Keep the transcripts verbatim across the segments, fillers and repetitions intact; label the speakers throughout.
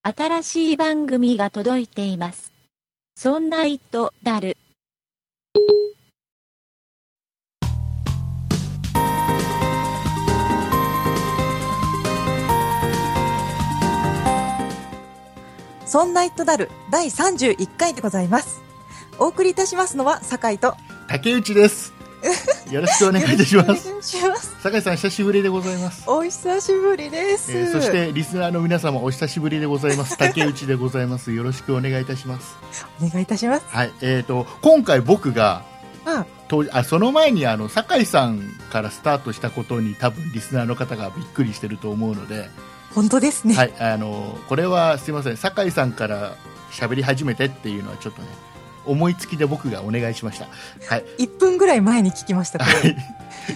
Speaker 1: 新しい番組が届いています。そんな糸だる。
Speaker 2: そんなイットダルだいさんじゅういっかいでございます。お送りいたしますのは酒井と
Speaker 3: 竹内です。よろしくお願いいたします。
Speaker 2: します
Speaker 3: 酒井さん久しぶりでございます。
Speaker 2: お久しぶりです、
Speaker 3: えー、そしてリスナーの皆様お久しぶりでございます。竹内でございます。よろしくお願いいたします。
Speaker 2: お願いいたします。
Speaker 3: はい、えーと今回僕が
Speaker 2: あ
Speaker 3: とあその前にあの酒井さんからスタートしたことに多分リスナーの方がびっくりしてると思うので、
Speaker 2: 本当ですね。
Speaker 3: はい、あのこれはすいません、酒井さんから喋り始めてっていうのはちょっとね思いつきで僕がお願いしました。はい。
Speaker 2: いっぷんぐらい前に聞きました。これ
Speaker 3: はい。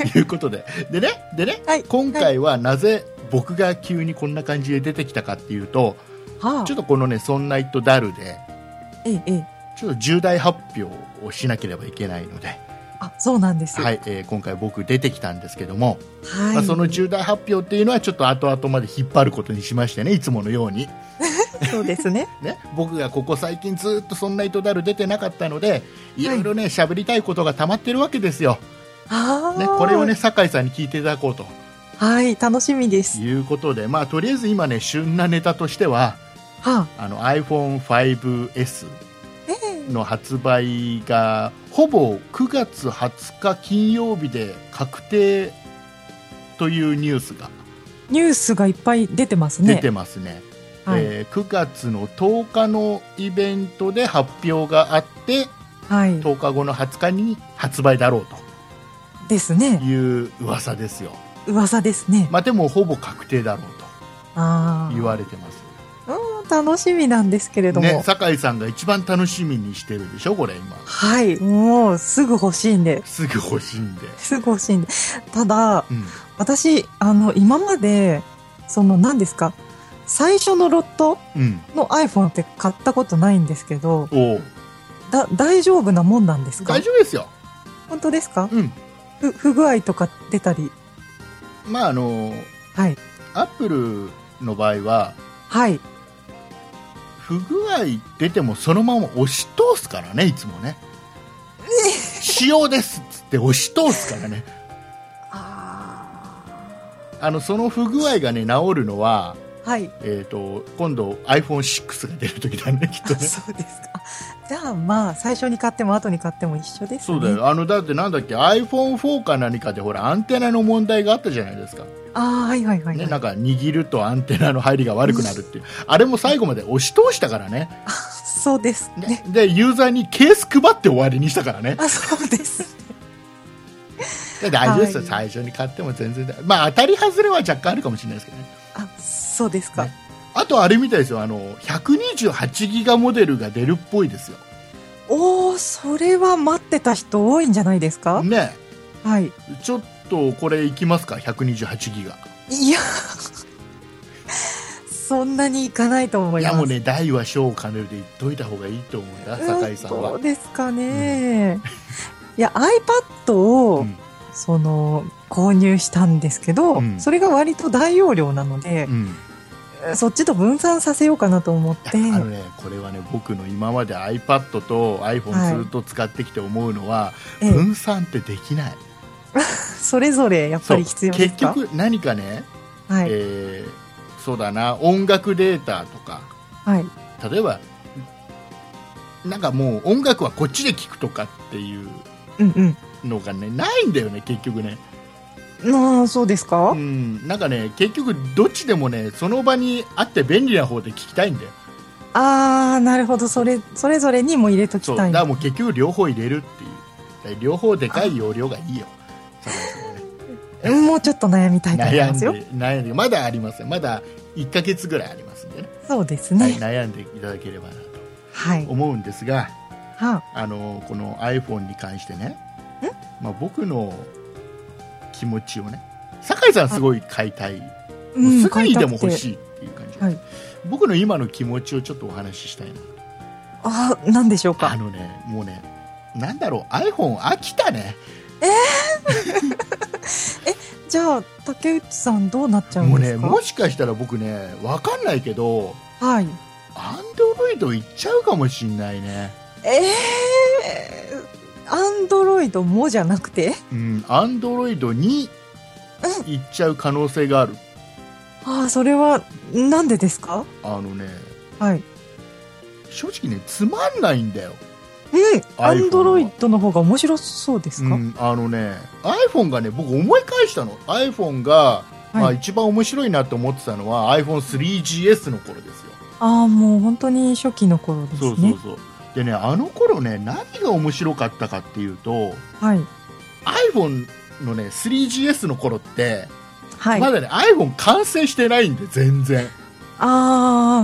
Speaker 3: いうことで、でね、でね、
Speaker 2: はい、
Speaker 3: 今回はなぜ僕が急にこんな感じで出てきたかっていうと、
Speaker 2: はあ、
Speaker 3: ちょっとこのねそんなイットダルで、
Speaker 2: ええええ、
Speaker 3: ちょっと重大発表をしなければいけないので。
Speaker 2: あ、そうなんです。
Speaker 3: はい、えー、今回僕出てきたんですけども、
Speaker 2: はい、
Speaker 3: まあ、その重大発表っていうのはちょっと後々まで引っ張ることにしましてね、いつものように
Speaker 2: そうですね
Speaker 3: ね、僕がここ最近ずっとそんなイトダル出てなかったので、いろいろね喋、はい、りたいことが溜まってるわけですよ。
Speaker 2: あ、
Speaker 3: ね、これをね酒井さんに聞いていただこうと、
Speaker 2: はい、楽しみです。
Speaker 3: いうことで、まあとりあえず今ね旬なネタとしては、
Speaker 2: は
Speaker 3: あ、あの アイフォンファイブエスの発売がほぼくがつはつか金曜日で確定というニュースが
Speaker 2: ニュースがいっぱい出てますね。
Speaker 3: 出てますね。
Speaker 2: はい、
Speaker 3: えー、くがつのとおかのイベントで発表があって、はい、とおかごのはつかに発売だろうと
Speaker 2: ですね、
Speaker 3: いう噂ですよ。
Speaker 2: 噂ですね。
Speaker 3: まあ、でもほぼ確定だろうと言われてます。
Speaker 2: うん、楽しみなんですけれども、
Speaker 3: ね、酒井さんが一番楽しみにしてるでしょこれ今。
Speaker 2: はい、もうすぐ欲しいんです
Speaker 3: ぐ欲しいんです
Speaker 2: ぐ欲しいんでただ、うん、私あの今までその何ですか、最初のロットの iPhone って買ったことないんですけど、うん、だ大丈夫なもんなんですか？
Speaker 3: 大丈夫ですよ。
Speaker 2: 本当ですか？
Speaker 3: うん、
Speaker 2: 不, 不具合とか出たり。
Speaker 3: まああの
Speaker 2: はい、
Speaker 3: アップルの場合は、
Speaker 2: はい、
Speaker 3: 不具合出てもそのまま押し通すからね、いつもね。仕様ですっつって押し通すからね。
Speaker 2: あ
Speaker 3: あのその不具合がね治るのは、
Speaker 2: はい、
Speaker 3: えーと、今度 アイフォンシックス が出るときだね、きっとね。
Speaker 2: そうですか。じゃあまあ最初に買っても後に買っても一緒ですね。
Speaker 3: そうだよ。あのだってなんだっけ アイフォンフォー か何かでほらアンテナの問題があったじゃないですか。
Speaker 2: ああ、はいはいはい、はい、
Speaker 3: ね、なんか握るとアンテナの入りが悪くなるっていうあれも最後まで押し通したからね。
Speaker 2: あ、そうですね。
Speaker 3: でユーザーにケース配って終わりにしたからね。
Speaker 2: あ、そうです
Speaker 3: で大丈夫ですよ、はい、最初に買っても全然。まあ当たり外れは若干あるかもしれないですけどね。
Speaker 2: あ、そうですか、
Speaker 3: ね、あとあれみたいですよ、あのひゃくにじゅうはちギガモデルが出るっぽいですよ。
Speaker 2: おー、それは待ってた人多いんじゃないですか
Speaker 3: ね。
Speaker 2: はい、
Speaker 3: ちょっとこれいきますか、ひゃくにじゅうはちギガ。
Speaker 2: いやそんなにいかないと思います。
Speaker 3: いやもうね、大は小を兼ねるで言っといた方がいいと思うんだ、酒井さんは。
Speaker 2: そうですかね、うん、いや iPad を、うん、その購入したんですけど、うん、それが割と大容量なので、うん、そっちと分散させようかなと思って。
Speaker 3: あのね、これはね、僕の今まで iPad と iPhone ずっと使ってきて思うのは、はい、分散ってできない。
Speaker 2: それぞれやっぱり必要ですか？
Speaker 3: 結局何かね、
Speaker 2: はい、
Speaker 3: えー、そうだな、音楽データとか、
Speaker 2: はい、
Speaker 3: 例えばなんかもう音楽はこっちで聴くとかっていうのがね、うんうん、ないんだよね結局ね。
Speaker 2: ああ、そうですか？
Speaker 3: うん、なんかね結局どっちでもねその場にあって便利な方で聞きたいんだよ。
Speaker 2: ああ、なるほど。それそれぞれにも入れときたい。
Speaker 3: そうだからもう結局両方入れるっていう、両方でかい容量がいいよ。
Speaker 2: もうちょっと悩みたいと思いますよ。
Speaker 3: 悩んで悩んでまだありますよ。まだいっかげつぐらいありますんでね。
Speaker 2: そうですね、
Speaker 3: はい、悩んでいただければなと思うんですが、
Speaker 2: はい、
Speaker 3: あのこの iPhone に関してね、まあ、僕の気持ちをね、酒井さんすごい買いたい、うん、すぐにでも欲しいっていう感じ、はい、僕の今の気持ちをちょっとお話ししたいな。
Speaker 2: あ、何でしょうか？
Speaker 3: あのね、もうね、なんだろう、 iPhone 飽きたね。
Speaker 2: えー、え、じゃあ竹内さんどうなっちゃうんですか？
Speaker 3: もうね、もしかしたら僕ね分かんないけど、
Speaker 2: はい。
Speaker 3: アンドロイドいっちゃうかもしんないね。
Speaker 2: えー、アンドロイドもじゃなくて、
Speaker 3: うん、アンドロイドにいっちゃう可能性がある。
Speaker 2: ああ、それはなんでですか？
Speaker 3: あのね、
Speaker 2: はい。
Speaker 3: 正直ね、つまんないんだよ。
Speaker 2: うん、アンドロイドの方が面白そうですか？
Speaker 3: うん、あのね、iPhone がね、僕思い返したの。iPhone が、はい、まあ、一番面白いなと思ってたのは アイフォンスリージーエス の頃ですよ。
Speaker 2: ああ、もう本当に初期の頃ですね。
Speaker 3: そうそうそう。でね、あの頃ね、何が面白かったかっていうと、
Speaker 2: はい、
Speaker 3: iPhone のね、スリージーエス の頃って、
Speaker 2: はい、
Speaker 3: まだね、iPhone 完成してないんで、全然。
Speaker 2: ああ、うん。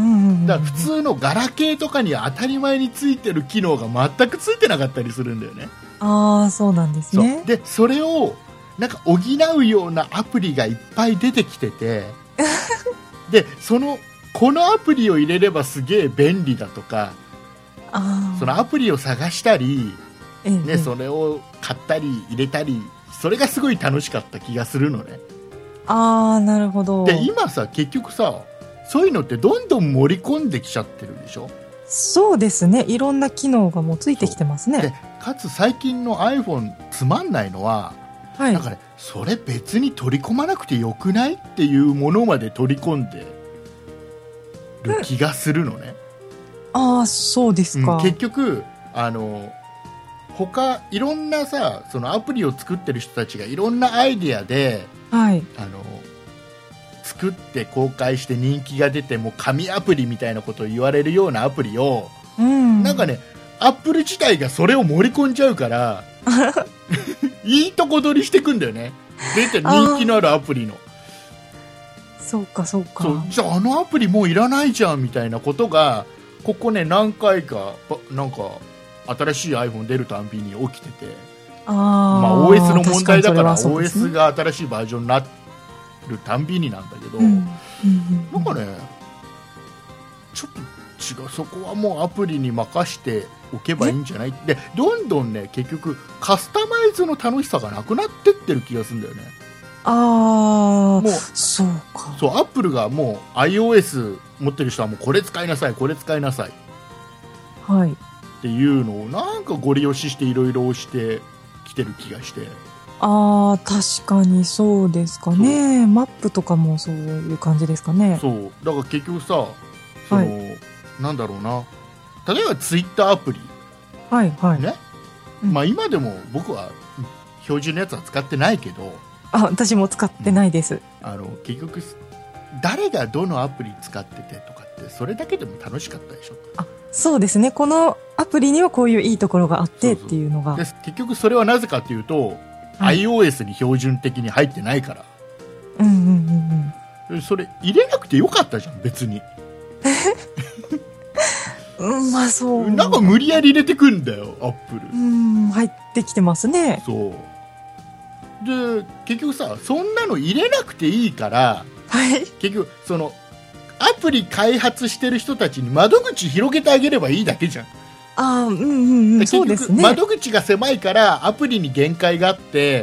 Speaker 3: だから普通のガラケーとかに当たり前についてる機能が全くついてなかったりするんだよね。
Speaker 2: ああ、そうなんですね。
Speaker 3: で、それをなんか補うようなアプリがいっぱい出てきててで、そのこのアプリを入れればすげえ便利だとか、
Speaker 2: あ、
Speaker 3: そのアプリを探したり、
Speaker 2: ええ、
Speaker 3: ね、それを買ったり入れたり、それがすごい楽しかった気がするのね。
Speaker 2: ああ、なるほど。
Speaker 3: で、今さ、結局さ、そういうのってどんどん盛り込んできちゃってるでしょ。
Speaker 2: そうですね、いろんな機能がもうついてきてますね。
Speaker 3: で、かつ最近の iPhone つまんないのは、
Speaker 2: はい、
Speaker 3: なんかね、それ別に取り込まなくてよくないっていうものまで取り込んでる気がするのね。
Speaker 2: うん、ああ、そうですか。
Speaker 3: うん、結局あの他いろんなさ、そのアプリを作ってる人たちがいろんなアイディアで、
Speaker 2: はい、
Speaker 3: あの作って公開して人気が出て、もう神アプリみたいなことを言われるようなアプリを、
Speaker 2: うん、
Speaker 3: なんかね、アップル自体がそれを盛り込んじゃうからいいとこ取りしていくんだよね。出て人気のあるアプリの。
Speaker 2: そうかそうか。
Speaker 3: そう、じゃああのアプリもういらないじゃんみたいなことがここね、何回かなんか新しい iPhone 出るたんびに起きてて、
Speaker 2: あ、
Speaker 3: まあ、オーエス の問題だから、
Speaker 2: ね、
Speaker 3: オーエス が新しいバージョンになるたんびになんだけど、うん
Speaker 2: うんうん、
Speaker 3: なんかね、ちょっと違う、そこはもうアプリに任しておけばいいんじゃない。で、どんどんね、結局カスタマイズの楽しさがなくなってってる気がするんだよね。
Speaker 2: ああ、もうそうか。
Speaker 3: そう、アップルがもう iOS 持ってる人はもうこれ使いなさい、これ使いなさい、
Speaker 2: はい、
Speaker 3: っていうのをなんかご利用ししていろいろ押してきてる気がして。
Speaker 2: ああ、確かにそうですかね。マップとかもそういう感じですかね。
Speaker 3: そうだから結局さ、その、はい、なんだろうな、例えばツイッターアプリ、
Speaker 2: はいはい
Speaker 3: ね、うん、まあ、今でも僕は標準のやつは使ってないけど、
Speaker 2: あ、私も使ってないです、うん、
Speaker 3: あの結局誰がどのアプリ使っててとかってそれだけでも楽しかったでしょ。
Speaker 2: あ、そうですね、このアプリにはこういういいところがあってっていうのが。
Speaker 3: そうそうで、結局それはなぜかというと、はい、iOS に標準的に入ってないから。
Speaker 2: うんうんうん
Speaker 3: うん。それ入れなくてよかったじゃん別に
Speaker 2: うん、まあそう。
Speaker 3: なんか無理やり入れてくんだよアップル。
Speaker 2: うん、入ってきてますね。
Speaker 3: そうで、結局さ、そんなの入れなくていいから、
Speaker 2: はい、
Speaker 3: 結局そのアプリ開発してる人たちに窓口広げてあげればいいだけじゃん。
Speaker 2: あ、うんうんうん、そうですね。
Speaker 3: 窓口が狭いからアプリに限界があって、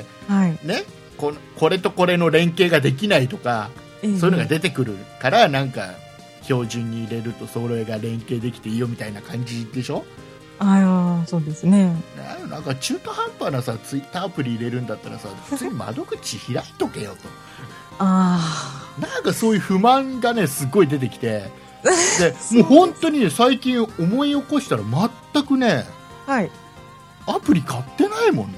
Speaker 2: はい
Speaker 3: ね、こ, これとこれの連携ができないとか、えー、そういうのが出てくるから、なんか標準に入れるとそれが連携できていいよみたいな感じでしょ。
Speaker 2: ああ、そうですね。
Speaker 3: なんか中途半端なさツイッターアプリ入れるんだったらさ、普通に窓口開いとけよと
Speaker 2: あ
Speaker 3: あ、なんかそういう不満がねすごい出てきてでもう本当にね、最近思い起こしたら全くね、
Speaker 2: はい、
Speaker 3: アプリ買ってないもんね。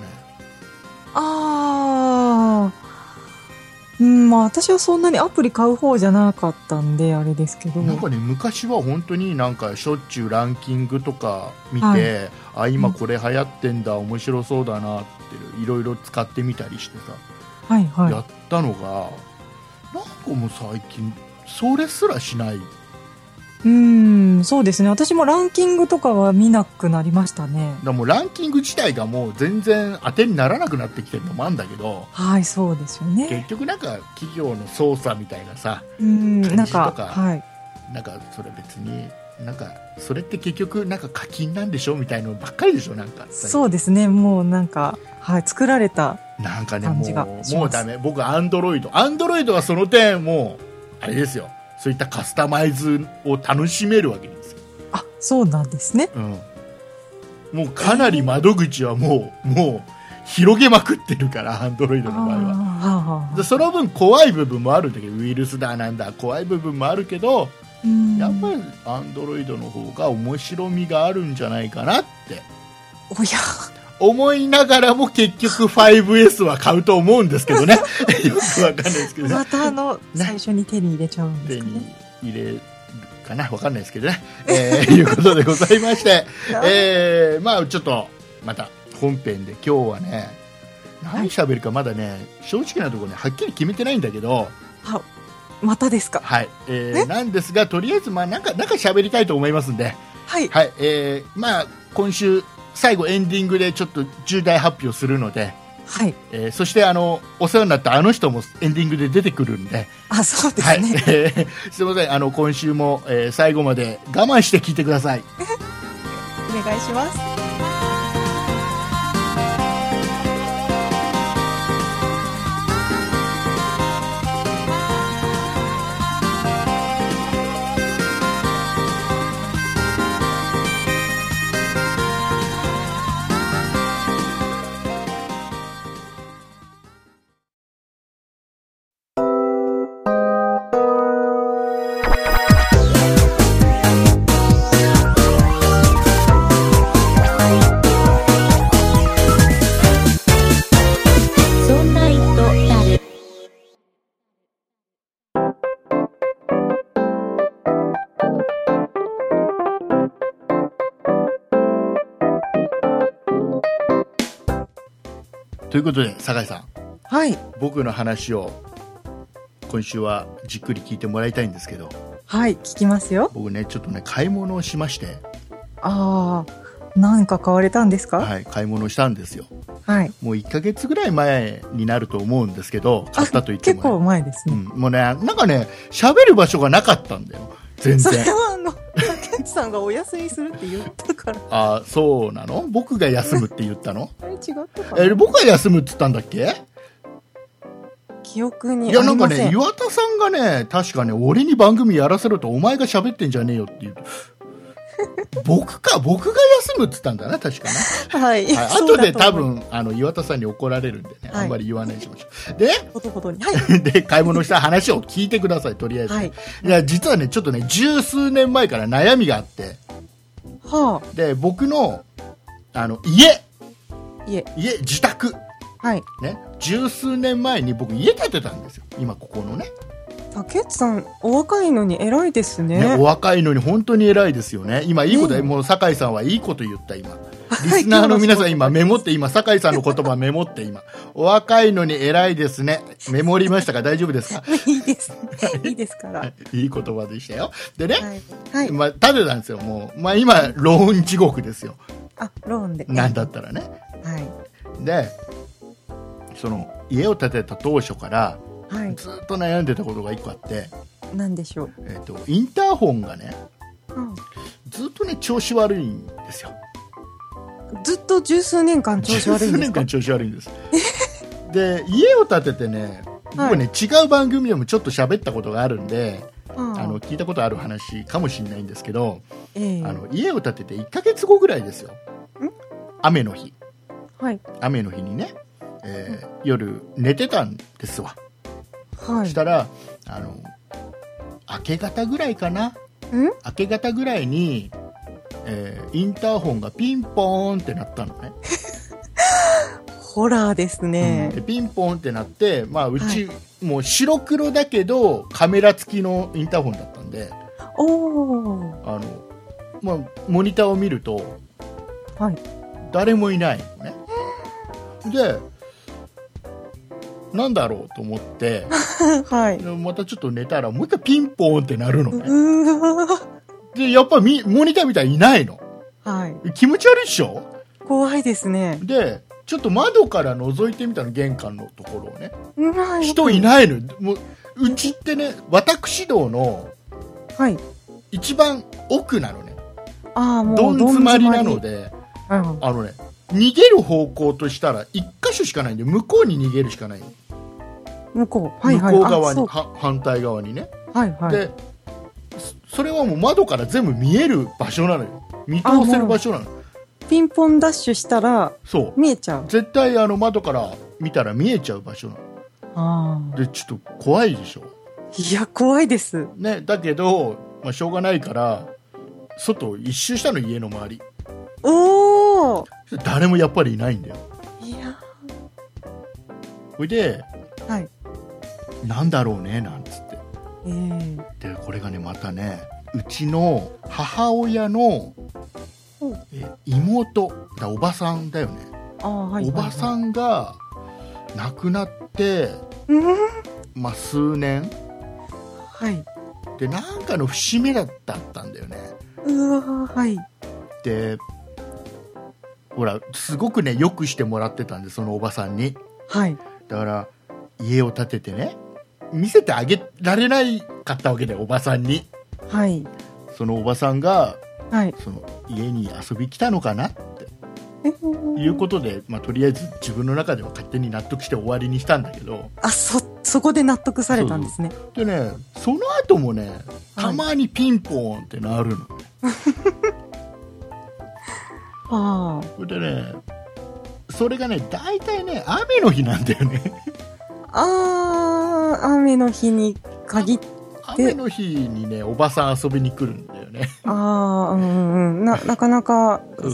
Speaker 2: ああ、うん、まあ私はそんなにアプリ買う方じゃなかったんであれですけど、
Speaker 3: なんかね、昔は本当になんかしょっちゅうランキングとか見て、はい、あ、今これ流行ってんだ、面白そうだなっていろいろ使ってみたりしてさ、
Speaker 2: はいはい、
Speaker 3: やったのがなんかもう最近それすらしない。
Speaker 2: うーん、そうですね、私もランキングとかは見なくなりましたね。
Speaker 3: だもうランキング自体がもう全然当てにならなくなってきてるのもあるんだけど、
Speaker 2: はい、そうですよね。
Speaker 3: 結局なんか企業の操作みたいなさ、
Speaker 2: うーん、
Speaker 3: 感じとか、
Speaker 2: なんか、はい、
Speaker 3: なんかそれ別になんかそれって結局なんか課金なんでしょみたいなのばっかりでしょ。なんか
Speaker 2: そうですね、もうなんか、はい、作られた
Speaker 3: なんかね、
Speaker 2: 感じが
Speaker 3: もうもうダメ。僕アンドロイドアンドロイドはその点もうあれですよ、 そういったカスタマイズを楽しめるわけですよ。
Speaker 2: あ、そうなんですね。
Speaker 3: うん、もうかなり窓口はもう、もう広げまくってるから、Android の場合は。でその分怖い部分もあるんだけど、ウイルスだなんだ怖い部分もあるけど、やっぱり Android の方が面白みがあるんじゃないかなって
Speaker 2: おや
Speaker 3: 思いながらも、結局 ファイブエス は買うと思うんですけどねよくわかんないですけどね。
Speaker 2: またあの、ね、最初に手に入れちゃうんですかね。
Speaker 3: 手に入れるかな、わかんないですけどね、えー、いうことでございまして、えー、まあちょっとまた本編で今日はね、何喋るかまだね、正直なところね、はっきり決めてないんだけど、
Speaker 2: はまたですか。
Speaker 3: はい、えー、なんですが、とりあえずまあなんかなんか喋りたいと思いますんで、
Speaker 2: はい、
Speaker 3: はい、えー、まあ今週最後エンディングでちょっと重大発表するので、
Speaker 2: はい、
Speaker 3: えー、そしてあのお世話になったあの人もエンディングで出てくるんで、
Speaker 2: あ、そうですね、
Speaker 3: はいえー、すいません、あの今週も、えー、最後まで我慢して聞いてください
Speaker 2: お願いします。
Speaker 3: ということで、酒井さん、
Speaker 2: はい、
Speaker 3: 僕の話を今週はじっくり聞いてもらいたいんですけど。
Speaker 2: はい、聞きますよ。
Speaker 3: 僕ね、ちょっとね、買い物をしまして。
Speaker 2: ああ、何か買われたんですか？
Speaker 3: はい、買い物をしたんですよ。
Speaker 2: はい。
Speaker 3: もういっかげつぐらい前になると思うんですけど、買ったと言っても、ね、
Speaker 2: 結構前ですね、
Speaker 3: うん、もうね、なんかね、喋る場所がなかったんだよ、全然。
Speaker 2: それはあの竹内さんがお休みするって言ったから。
Speaker 3: あ、そうなの？僕が休むって言ったの？
Speaker 2: あれ違ったかな？
Speaker 3: え、僕が休むって言ったんだっけ？
Speaker 2: 記憶にあ
Speaker 3: いや、
Speaker 2: りません。
Speaker 3: なんかね、岩田さんがね、確かね、俺に番組やらせろと、お前が喋ってんじゃねえよって言う。僕か、僕が休むって言ったんだな、確かな。
Speaker 2: はい。
Speaker 3: はい、後で多分、あの、岩田さんに怒られるんでね、はい、あんまり言わないにしましょう。で、
Speaker 2: ほどほどに。はい。
Speaker 3: で、買い物した話を聞いてください、とりあえず。はい。いや、実はね、ちょっとね、十数年前から悩みがあって、
Speaker 2: はあ。
Speaker 3: で、僕の、あの、家。
Speaker 2: 家。
Speaker 3: 家、自宅。
Speaker 2: はい。
Speaker 3: ね、十数年前に僕家建てたんですよ、今ここのね。
Speaker 2: 竹内さん、お若いのに偉いですね。
Speaker 3: ね、お若いのに本当に偉いですよね。今いいこと、ね、もう酒井さんはいいこと言った今。リスナーの皆さん今メモって今酒井さんの言葉メモって今。お若いのに偉いですね。メモりましたか？大丈夫ですか？
Speaker 2: いいです。いいですから。
Speaker 3: いい言葉でしたよ。でね、
Speaker 2: はいはい、
Speaker 3: まあ建てたんですよ。もうまあ今ローン地獄ですよ。
Speaker 2: あ、ローンで。
Speaker 3: なんだったらね。
Speaker 2: はい。
Speaker 3: で、その家を建てた当初から。
Speaker 2: はい、
Speaker 3: ずっと悩んでたことが一個あって、
Speaker 2: 何でしょう、
Speaker 3: えーと、インターホンがね、うん、ずっとね調子悪いんですよ。
Speaker 2: ずっと十数年間調子悪いんですか？十数年間
Speaker 3: 調子悪いんですで、家を建ててね、僕ね、はい、違う番組でもちょっと喋ったことがあるんで、あの聞いたことある話かもしれないんですけど、えー、あの家を建てていっかげつごぐらいですよ。雨の日、
Speaker 2: はい、
Speaker 3: 雨の日にね、えー、夜寝てたんですわ。
Speaker 2: はい、
Speaker 3: したらあの明け方ぐらいかな、明け方ぐらいに、えー、インターホンがピンポーンってなったのね
Speaker 2: ホラーですね、
Speaker 3: うん、でピンポーンってなって、まあ、うち、はい、もう白黒だけどカメラ付きのインターホンだったんで、
Speaker 2: お
Speaker 3: あの、まあ、モニターを見ると、
Speaker 2: はい、
Speaker 3: 誰もいないのね。でなんだろうと思って、
Speaker 2: はい、
Speaker 3: またちょっと寝たらもう一回ピンポーンってなるのね。でやっぱりモニターみたいにいないの、
Speaker 2: はい、
Speaker 3: 気持ち悪いっしょ。
Speaker 2: 怖いですね。
Speaker 3: でちょっと窓から覗いてみたの、玄関のところをね、
Speaker 2: うん、
Speaker 3: 人いないの。もううちってね、私どの一番奥なのね、
Speaker 2: はい、もう
Speaker 3: どん詰まりなので、うん、あのね逃げる方向としたら一箇所しかないんで、向こうに逃げるしかないの。
Speaker 2: 向こう、はいはい、
Speaker 3: 向こう側に、は反対側にね、
Speaker 2: はいはい、
Speaker 3: でそれはもう窓から全部見える場所なのよ。見通せる場所なの。
Speaker 2: ピンポンダッシュしたら
Speaker 3: そう
Speaker 2: 見えちゃう。
Speaker 3: 絶対あの窓から見たら見えちゃう場所なの。
Speaker 2: あ
Speaker 3: でちょっと怖いでしょ。
Speaker 2: いや怖いです、
Speaker 3: ね、だけど、まあ、しょうがないから外一周したの、家の周り。
Speaker 2: おお、
Speaker 3: 誰もやっぱりいないんだよ。
Speaker 2: いや
Speaker 3: それで、
Speaker 2: はい、
Speaker 3: なんだろうねなんつって、
Speaker 2: えー、
Speaker 3: でこれがねまたね、うちの母親のえ妹だ、おばさんだよね。
Speaker 2: あ、はいはいはい、
Speaker 3: おばさんが亡くなって、
Speaker 2: うん、
Speaker 3: まあ、数年
Speaker 2: はい
Speaker 3: で、なんかの節目だったったんだよね。
Speaker 2: うわ、はい。
Speaker 3: でほらすごくねよくしてもらってたんで、そのおばさんに。
Speaker 2: はい。
Speaker 3: だから家を建ててね、見せてあげられないかったわけだよ、おばさんに。
Speaker 2: はい。
Speaker 3: そのおばさんが、
Speaker 2: はい、
Speaker 3: その家に遊び来たのかなっていうことで、まあ、とりあえず自分の中では勝手に納得して終わりにしたんだけど。
Speaker 2: あ、そそこで納得されたんですね。
Speaker 3: そうそうでね、その後もね、たまにピンポーンって鳴るの、ね。
Speaker 2: はあ。
Speaker 3: それでね、それがね大体ね雨の日なんだよね。
Speaker 2: あー、雨の日に限って。
Speaker 3: 雨の日にねおばさん遊びに来るんだよね。
Speaker 2: ああ、うんうん、ななかなか、うん、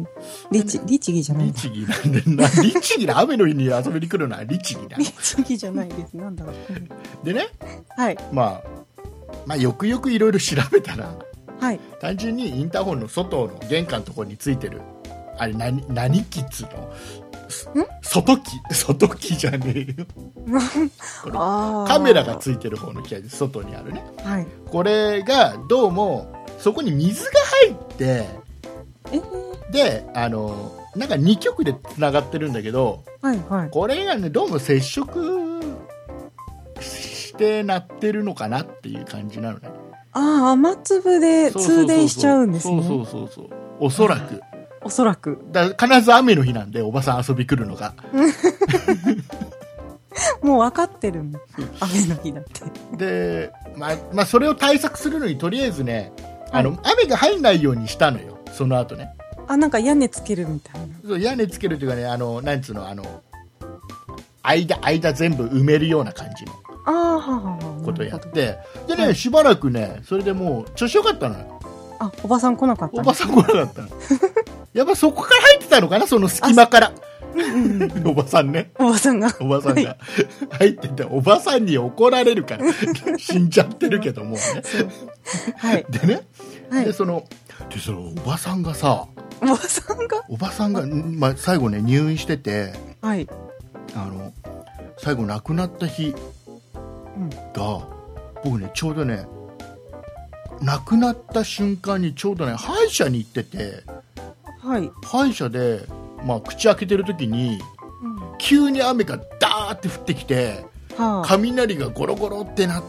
Speaker 2: 律律儀じゃない。
Speaker 3: 律儀なんでな、律儀な、雨の日に遊びに来るのは律儀だ。
Speaker 2: 律儀じゃないです。なんだろう。
Speaker 3: でね、
Speaker 2: はい。
Speaker 3: まあまあよくよくいろいろ調べたら、
Speaker 2: はい。
Speaker 3: 単純にインターホンの外の玄関のところについてるあれ何何機っつうの？外機外機じゃねえよ。これカメラがついてる方の機械で外にあるね、はい、これがどうもそこに水が入って、えー、であのなんかに局でつながってるんだけど、はいはい、これがねどうも接触してなってるのかなっていう感じなのね。
Speaker 2: ああ、雨粒で通電しちゃうんですね。
Speaker 3: そうそうそうそう、おそらく
Speaker 2: おそらく
Speaker 3: だ必ず雨の日なんで、おばさん遊び来るのが
Speaker 2: もう分かってるの、雨の日だって
Speaker 3: で、まあまあ、それを対策するのにとりあえずね、はい、あの雨が入んないようにしたのよ、その後ね。
Speaker 2: あ、なんか屋根つけるみたいな。
Speaker 3: そう、屋根つけるというかね、あのなんつうの、あの間間全部埋めるような感じのことをやって、でね、はい、しばらくねそれでもう調子よかったのよ。
Speaker 2: あ、おばさん来なかった。
Speaker 3: おばさん来なかったのやっぱそこから入ってたのかな、その隙間から。おばさんね。
Speaker 2: おばさんが。
Speaker 3: おばさんが入ってて、おばさんに怒られるから死んじゃってるけどもね。はい。でね、はい、でそのでそのおばさんがさ、
Speaker 2: おばさんが、
Speaker 3: おばさんが、まあ、最後ね入院してて、
Speaker 2: はい。
Speaker 3: あの最後亡くなった日が、うん、僕ねちょうどね亡くなった瞬間にちょうどね歯医者に行ってて、はい、歯医者で、まあ、口開けてる時に、うん、急に雨がダーって降ってきて、はあ、雷がゴロゴロってなって、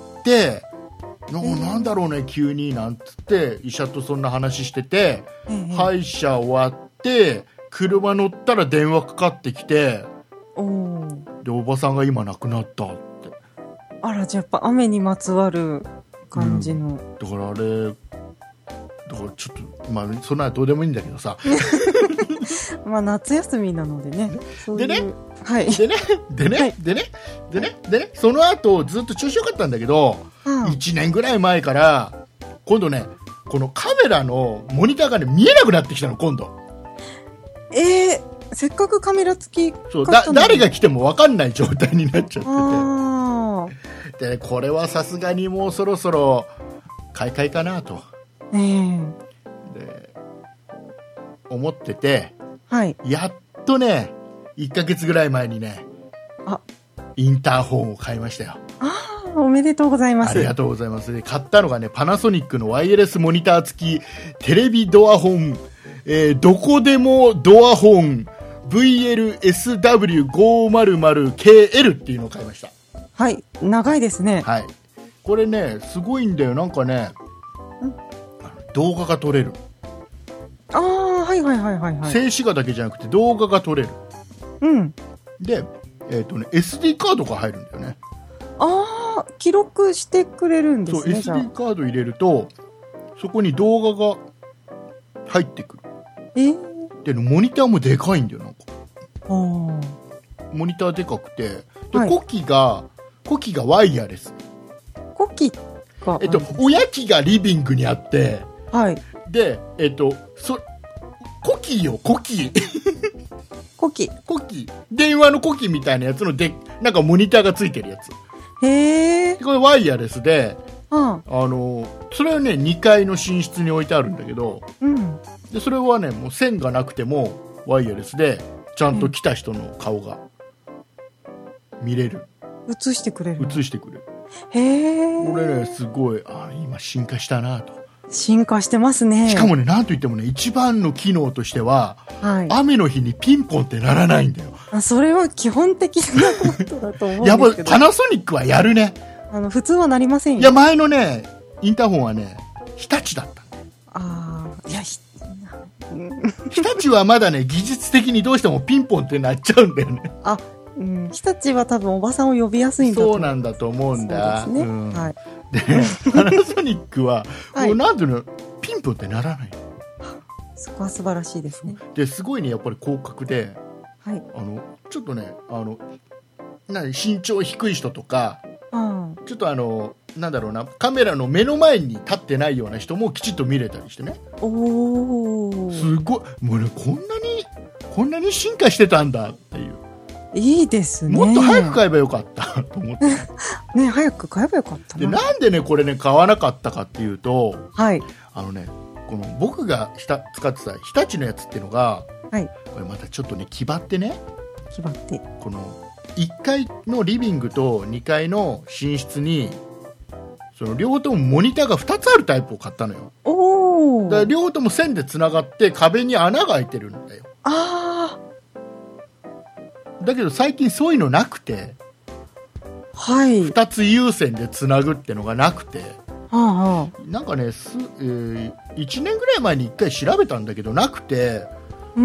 Speaker 3: えー、なんだろうね急になんつって医者とそんな話してて、えー、歯医者終わって車乗ったら電話かかってきて、おでおばさんが今亡くなったって。
Speaker 2: あら、じゃあやっぱ雨にまつわる感じの、うん、
Speaker 3: だからあれだからちょっとまあそんなのどうでもいいんだけどさ
Speaker 2: まあ夏休みなのでね。そういう
Speaker 3: でね、
Speaker 2: はい、
Speaker 3: でねでね、はい、でねでねでねその後ずっと調子よかったんだけど、うん、いちねんぐらい前から今度ねこのカメラのモニターがね見えなくなってきたの今度。
Speaker 2: えー、せっかくカメラ付き
Speaker 3: そうだ誰が来ても分かんない状態になっちゃってて、でこれはさすがにもうそろそろ買い替えかなと、えー、で思ってて、はい、やっとねいっかげつぐらい前にねあインターホンを買いましたよ。
Speaker 2: あー、おめでとうございます。
Speaker 3: ありがとうございます。で買ったのがねパナソニックのワイヤレスモニター付きテレビドアホン、えー、どこでもドアホン ブイエルエスダブリューごひゃくケーエル っていうのを買いました。
Speaker 2: はい、長いですね。
Speaker 3: はい、これねすごいんだよ。なんかね動画が撮れる。
Speaker 2: ああ、はいはいはいはい、はい、
Speaker 3: 静止画だけじゃなくて動画が撮れる。
Speaker 2: うん。
Speaker 3: で、えっとね エスディー カードが入るんだよね。
Speaker 2: ああ、記録してくれるんですね。
Speaker 3: そう、エスディー カード入れるとそこに動画が入ってくる。
Speaker 2: えー、
Speaker 3: でモニターもでかいんだよ。なんか
Speaker 2: あモ
Speaker 3: ニターでかくて、で、はい、子機が子機がワイヤレス。
Speaker 2: 子機が
Speaker 3: えっと親機がリビングにあって、
Speaker 2: はい。
Speaker 3: でえっとそ子機よ子機。
Speaker 2: 子機。
Speaker 3: 子機。電話の子機みたいなやつのでなんかモニターがついてるやつ。
Speaker 2: へえ。
Speaker 3: これワイヤレスで、
Speaker 2: うん、
Speaker 3: あのそれはねにかいの寝室に置いてあるんだけど、
Speaker 2: うん、
Speaker 3: でそれはねもう線がなくてもワイヤレスでちゃんと来た人の顔が見れる。
Speaker 2: 映してくれる。
Speaker 3: 映してくれる。
Speaker 2: へえ。
Speaker 3: これねすごい、あ今進化したなと。
Speaker 2: 進化してますね。
Speaker 3: しかもねなんといってもね一番の機能としては、
Speaker 2: はい、
Speaker 3: 雨の日にピンポンってならないんだよ。
Speaker 2: あそれは基本的なことだと思うんですけど。
Speaker 3: やっぱパナソニックはやるね。
Speaker 2: あの普通はなりませんよ。
Speaker 3: いや前のねインターホンはね日立だった。
Speaker 2: ああいやひ
Speaker 3: 日立はまだね技術的にどうしてもピンポンってなっちゃうんだよね。
Speaker 2: あうん、日立は多分おばさんを呼びやすいんだと思う。
Speaker 3: そうなんだと思うんだ。
Speaker 2: そうですね、
Speaker 3: うん、
Speaker 2: はい、
Speaker 3: でパナソニックは、はい、もうなんていうのピンポンってならない。
Speaker 2: そこは素晴らしいですね。
Speaker 3: ですごいねやっぱり広角で、
Speaker 2: はい、
Speaker 3: あのちょっとねあのな身長低い人とか、
Speaker 2: うん、
Speaker 3: ちょっとあのなんだろうなカメラの目の前に立ってないような人もきちっと見れたりしてね。
Speaker 2: おー
Speaker 3: すごいもうねこんなにこんなに進化してたんだっていう。
Speaker 2: いいですね。
Speaker 3: もっと早く買えばよかったと思って
Speaker 2: ね早く買えばよかったな。
Speaker 3: でなんでねこれね買わなかったかっていうと、
Speaker 2: はい、
Speaker 3: あのねこの僕がした使ってた日立のやつっていうのが、
Speaker 2: はい、
Speaker 3: これまたちょっとね気張ってね
Speaker 2: 気張って
Speaker 3: このいっかいのリビングとにかいの寝室にその両方ともモニターがふたつあるタイプを買ったのよ。
Speaker 2: お
Speaker 3: だから両方とも線でつながって壁に穴が開いてるんだよ。
Speaker 2: あ
Speaker 3: だけど最近そういうのなくて、
Speaker 2: はい、
Speaker 3: ふたつ有線でつなぐってのがなくて、
Speaker 2: はあ、
Speaker 3: なんかねす、えー、いちねんぐらい前にいっかい調べたんだけどなくて、
Speaker 2: うん、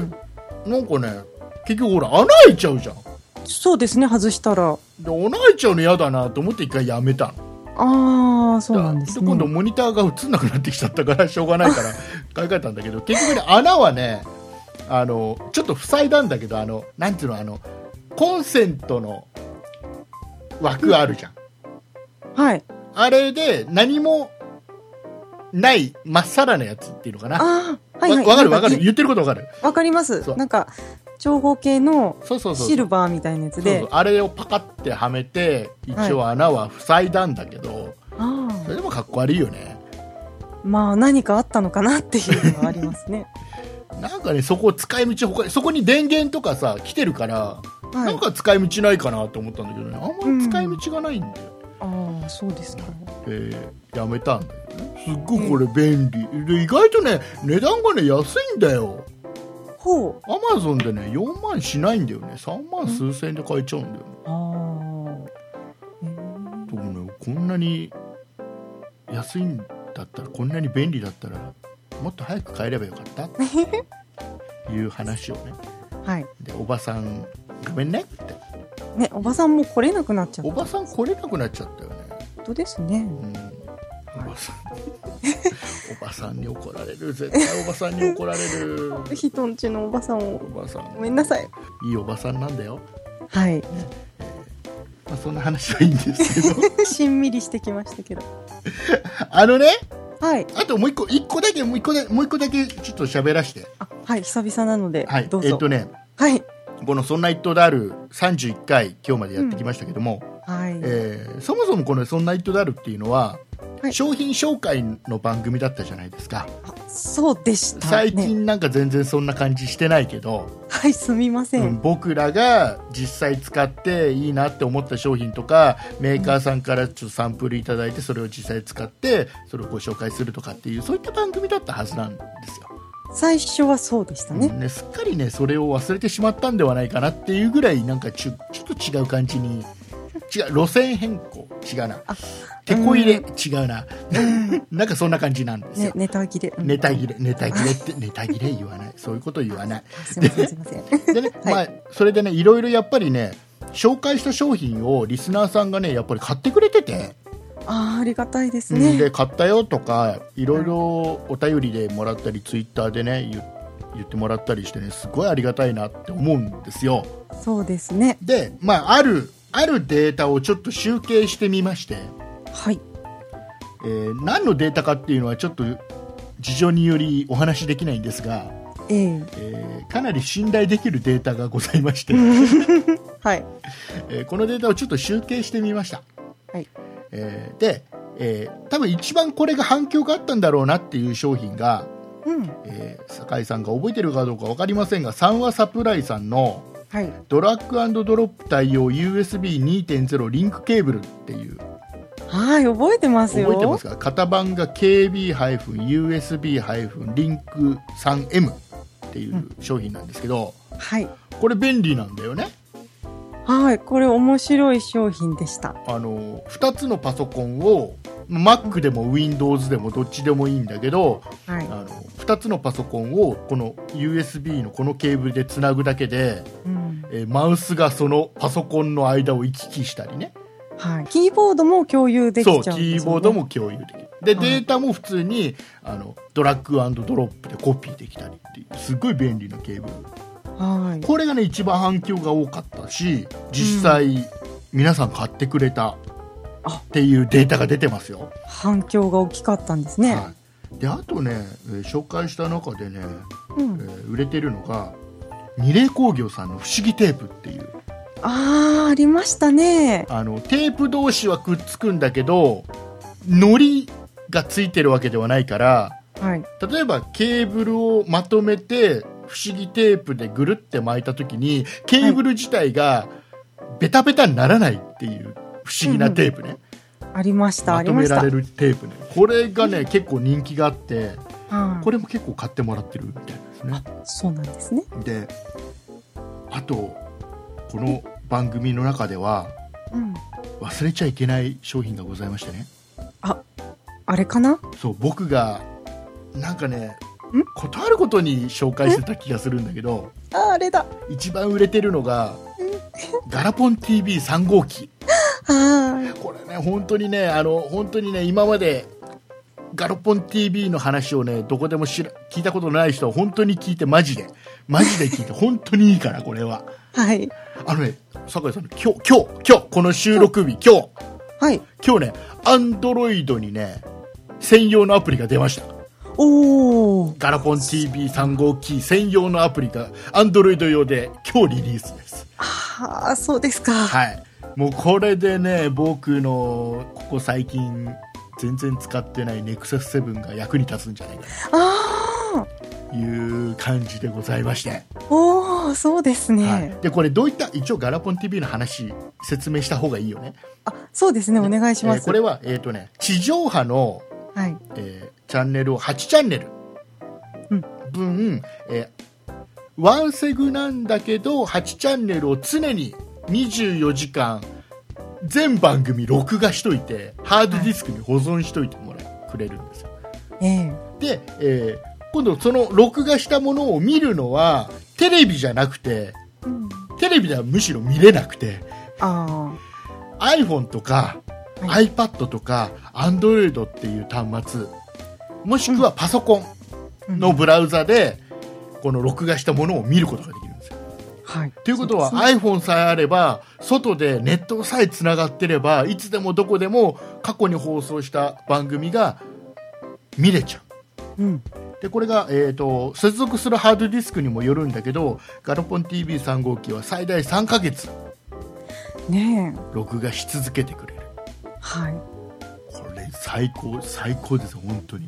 Speaker 3: でなんかね結局ほら穴開いちゃうじゃん。
Speaker 2: そうですね外したら
Speaker 3: で穴開いちゃうの嫌だなと思っていっかいやめた
Speaker 2: の。ああそうなんですね。
Speaker 3: で今度モニターが映んなくなってきちゃったからしょうがないから買い替えたんだけど結局ね穴はねあのちょっと塞いだんだけどあのなんていうのあのコンセントの枠あるじゃん、
Speaker 2: うん、はい
Speaker 3: あれで何もないまっさらなやつっていうのかな。
Speaker 2: あ、はいはい、
Speaker 3: わかるわかる言ってることわかる。
Speaker 2: わかります。なんか長方形のシルバーみたいなやつで、
Speaker 3: そうそうあれをパカってはめて一応穴は塞いだんだけど、はい、それでもかっこ悪いよね。
Speaker 2: まあ何かあったのかなっていうのがありますね
Speaker 3: なんかねそこ使い道他にそこに電源とかさ来てるから、はい、なんか使い道ないかなと思ったんだけどねあんまり使い道がないんだよ、
Speaker 2: うん、ああそうですか。
Speaker 3: えー、やめたんだけどね。すっごいこれ便利、えー、で意外とね値段がね安いんだよ。
Speaker 2: ほう
Speaker 3: アマゾンでねよんまんしないんだよね。さんまん数千円で買えちゃうんだよね。
Speaker 2: ああ、え
Speaker 3: ー、でもねこんなに安いんだったらこんなに便利だったらもっと早く買えればよかったっていう話をね、
Speaker 2: はい、
Speaker 3: でおばさんごめんねって
Speaker 2: ねおばさんも来れなくなっちゃった。
Speaker 3: おばさん来れなくなっちゃったよね。
Speaker 2: 本当ですね、うん、
Speaker 3: おばさんおばさんに怒られる絶対おばさんに怒られる
Speaker 2: 人んちのおばさんを
Speaker 3: おばさん
Speaker 2: ごめんなさい。
Speaker 3: いいおばさんなんだよ。
Speaker 2: はい、
Speaker 3: ねえーまあ、そんな話はいいんですけど
Speaker 2: しんみりしてきましたけど
Speaker 3: あのね
Speaker 2: はい、
Speaker 3: あともう一個一個だけもう一個だもう一個だけちょっと喋らして。
Speaker 2: あはい久々なので、
Speaker 3: はい、
Speaker 2: どうぞ。
Speaker 3: えっとね
Speaker 2: はい
Speaker 3: この「そんな一頭ダール」さんじゅういっかい今日までやってきましたけども、
Speaker 2: うんはい
Speaker 3: えー、そもそもこの「そんな一頭ダール」っていうのは、はい、商品紹介の番組だったじゃないですか。
Speaker 2: そうでした、ね、
Speaker 3: 最近なんか全然そんな感じしてないけど、
Speaker 2: はいすみません、
Speaker 3: うん、僕らが実際使っていいなって思った商品とかメーカーさんからちょっとサンプルいただいてそれを実際使ってそれをご紹介するとかっていうそういった番組だったはずなんですよ。
Speaker 2: 最初はそうでしたね、
Speaker 3: うん、ねすっかりねそれを忘れてしまったんではないかなっていうぐらいなんかちょ、ちょっと違う感じに違う路線変更違うな手こ入れ、うん、違うな、うん、なんかそんな感じなんですよ、ね、
Speaker 2: ネタ切れ、
Speaker 3: うん、ネタ切れネタ切れってネタ切れ言わないそういうこと言わない
Speaker 2: すいませんすいません
Speaker 3: でね、
Speaker 2: はい、
Speaker 3: まあそれでねいろいろやっぱりね紹介した商品をリスナーさんがねやっぱり買ってくれてて
Speaker 2: ああ、ありがたいですね。
Speaker 3: うん、で買ったよとかいろいろお便りでもらったり、ツイッターでね 言, 言ってもらったりしてね、すごいありがたいなって思うんですよ。
Speaker 2: そうですね。
Speaker 3: で、まあ、あるあるデータをちょっと集計してみまして、
Speaker 2: はい、
Speaker 3: えー、何のデータかっていうのはちょっと事情によりお話しできないんですが、
Speaker 2: えー
Speaker 3: えー、かなり信頼できるデータがございまして、
Speaker 2: はい
Speaker 3: えー、このデータをちょっと集計してみました。
Speaker 2: はい、
Speaker 3: えー、で、えー、多分一番これが反響があったんだろうなっていう商品が、
Speaker 2: うん
Speaker 3: えー、酒井さんが覚えてるかどうか分かりませんが、三和サプライさんの
Speaker 2: はい、
Speaker 3: ドラッグ&ドロップ対応 ユーエスビーにてんゼロ リンクケーブルっていう、
Speaker 2: はい、覚えてますよ。
Speaker 3: 覚えてますか？型番が ケービーユーエスビーリンクスリーエム っていう商品なんですけど、
Speaker 2: うん、はい、
Speaker 3: これ便利なんだよね。
Speaker 2: はい、これ面白い商品でした。
Speaker 3: あのふたつのパソコンを Mac でも Windows でもどっちでもいいんだけど、はい、あのふたつのパソコンをこの ユーエスビー のこのケーブルでつなぐだけで、うん、えー、マウスがそのパソコンの間を行き来したりね、
Speaker 2: はい、キーボードも共有できちゃうんですよね。
Speaker 3: そう、キーボードも共有できる。で、はい、データも普通にあのドラッグ&ドロップでコピーできたりっていう、すごい便利なケーブル。はい、これがね一番反響が多かったし、実際、うん、皆さん買ってくれたっていうデータが出てますよ。
Speaker 2: 反響が大きかったんですね。
Speaker 3: はい、であとね、えー、紹介した中でね、うん、えー、売れてるのがミレイ工業さんの不思議テープっていう、
Speaker 2: あー、ありましたね。
Speaker 3: あのテープ同士はくっつくんだけど糊がついてるわけではないから、はい、例えばケーブルをまとめて不思議テープでぐるって巻いたときにケーブル自体がベタベタにならないっていう不思議なテープね、
Speaker 2: うんうん、ありました。
Speaker 3: まとめられるテープね、これがね結構人気があって、うん、これも結構買ってもらってるみたいですね。
Speaker 2: あ、そうなんですね。
Speaker 3: で、あとこの番組の中では、うん、忘れちゃいけない商品がございましてね。
Speaker 2: あ、あれかな？
Speaker 3: そう、僕がなんかねことあることに紹介してた気がするんだけど、
Speaker 2: あ、あれだ。
Speaker 3: 一番売れてるのがガラポン ティーブイさん号機。これね本当にね、あの本当にね、今までガラポン ティーブイ の話をねどこでも知ら聞いたことない人は本当に聞いて、マジでマジで聞いて本当にいいからこれは。はい。あのね、酒井さん、今日今日今日この収録日、今日、はい、今日ね、アンドロイドにね専用のアプリが出ました。おー、ガラポン ティーブイさん号機専用のアプリがアンドロイド用で今日リリースです。
Speaker 2: ああ、そうですか。
Speaker 3: はい。もうこれでね、僕のここ最近全然使ってない ネクサスセブン が役に立つんじゃないかなという感じでございまして。
Speaker 2: おー、そうですね。
Speaker 3: はい、でこれどういった、一応ガラポン ティーブイ の話説明した方がいいよね。
Speaker 2: あ、そうですね、お願いします。
Speaker 3: えー、これは、えーとね、地上波の、はい、えーチャンネルをはちチャンネル分、うん、えー、ワンセグなんだけどはちチャンネルを常ににじゅうよじかん全番組録画しといてハードディスクに保存しといてもらえ、くれるんですよ。えー、で、えー、今度その録画したものを見るのはテレビじゃなくて、うん、テレビではむしろ見れなくて、あ iPhone とか、はい、iPad とか Android っていう端末もしくはパソコンのブラウザでこの録画したものを見ることができるんですよ。はい、ということは、ね、iPhone さえあれば外でネットさえつながってればいつでもどこでも過去に放送した番組が見れちゃう。うん、でこれが、えーと、接続するハードディスクにもよるんだけどガラポン ティーブイさん号機は最大さんかげつ、ね、録画し続けてくれる。はい、これ最高最高です本当に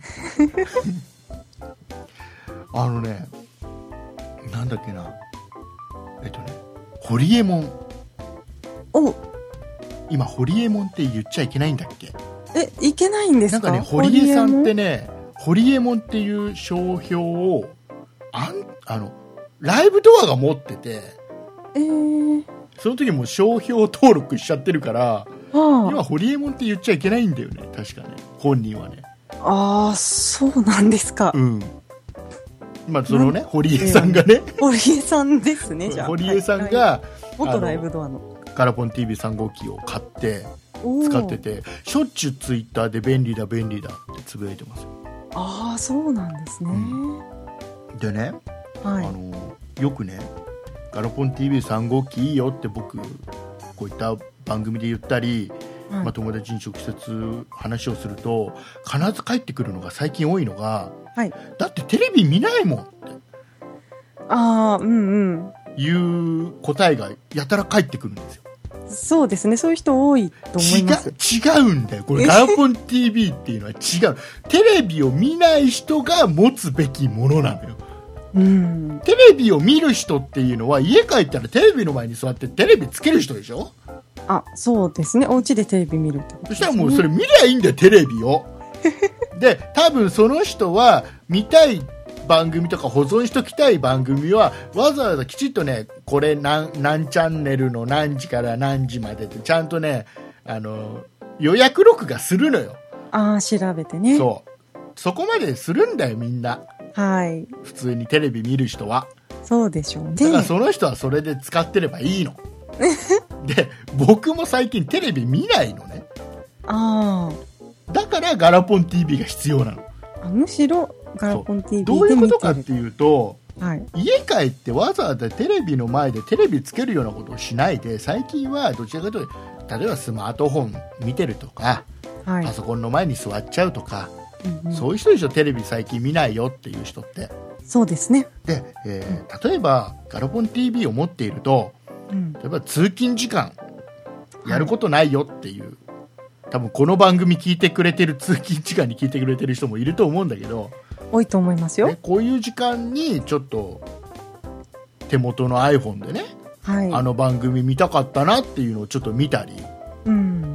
Speaker 3: あのね、なんだっけな、えっとねホリエモン、お、今ホリエモンって言っちゃいけないんだっけ？
Speaker 2: え、いけないんですか？
Speaker 3: なんかね、ホリエさんってね、ホリエモンっていう商標をあんあのライブドアが持ってて、えー、その時も商標登録しちゃってるから、今ホリエモンって言っちゃいけないんだよね、確かね、本人はね。
Speaker 2: ああ、そうなんですか。うん。
Speaker 3: まあそのね、堀江さんがね、
Speaker 2: 堀江さんですね、じゃあ。
Speaker 3: 堀江さんが、はい、
Speaker 2: 元ライブドアの
Speaker 3: ガラポン ティーブイさん号機を買って、 使ってて、しょっちゅうツイッターで便利だ便利だってつぶやいてますよ。
Speaker 2: ああ、そうなんですね。うん、
Speaker 3: でね、
Speaker 2: はい、
Speaker 3: あのよくねガラポン ティーブイさん号機いいよって僕こういった番組で言ったり、はい、まあ、友達に直接話をすると必ず返ってくるのが最近多いのが、
Speaker 2: はい、
Speaker 3: だってテレビ見ないもんって
Speaker 2: ああ、うんうん、
Speaker 3: いう答えがやたら返ってくるんですよ。
Speaker 2: そうですね、そういう人多いと思います。
Speaker 3: 違う、違うんだよこれガラポン ティーブイ っていうのは違う。テレビを見ない人が持つべきものなのよ。
Speaker 2: うん、
Speaker 3: テレビを見る人っていうのは家帰ったらテレビの前に座ってテレビつける人でしょ。
Speaker 2: あ、そうですね、お家でテレビ見るってことですね。
Speaker 3: そしたらもうそれ見りゃいいんだよテレビをで多分その人は見たい番組とか保存しときたい番組はわざわざきちっとねこれ 何, 何チャンネルの何時から何時までってちゃんとねあの予約録画するのよ。
Speaker 2: ああ、調べてね。
Speaker 3: そうそこまでするんだよみんな。
Speaker 2: はい、
Speaker 3: 普通にテレビ見る人は
Speaker 2: そうでしょうね。
Speaker 3: だからその人はそれで使ってればいいので僕も最近テレビ見ないのね。
Speaker 2: あ
Speaker 3: あ、だからガラポン ティーブイ が必要なの。
Speaker 2: あ、むしろガラポン ティーブイ で
Speaker 3: どういうことかっていうと、
Speaker 2: はい、
Speaker 3: 家帰ってわざわざテレビの前でテレビつけるようなことをしないで最近はどちらかというと例えばスマートフォン見てるとか、はい、パソコンの前に座っちゃうとか、うんうん、そういう人でしょテレビ最近見ないよっていう人って。
Speaker 2: そうですね。
Speaker 3: で、えー、例えばガラポン ティーブイ を持っていると、うん、例えば通勤時間やることないよっていう、はい、多分この番組聞いてくれてる通勤時間に聞いてくれてる人もいると思うんだけど
Speaker 2: 多いと思いますよ、
Speaker 3: ね、こういう時間にちょっと手元の iPhone でね、はい、あの番組見たかったなっていうのをちょっと見たり、うん、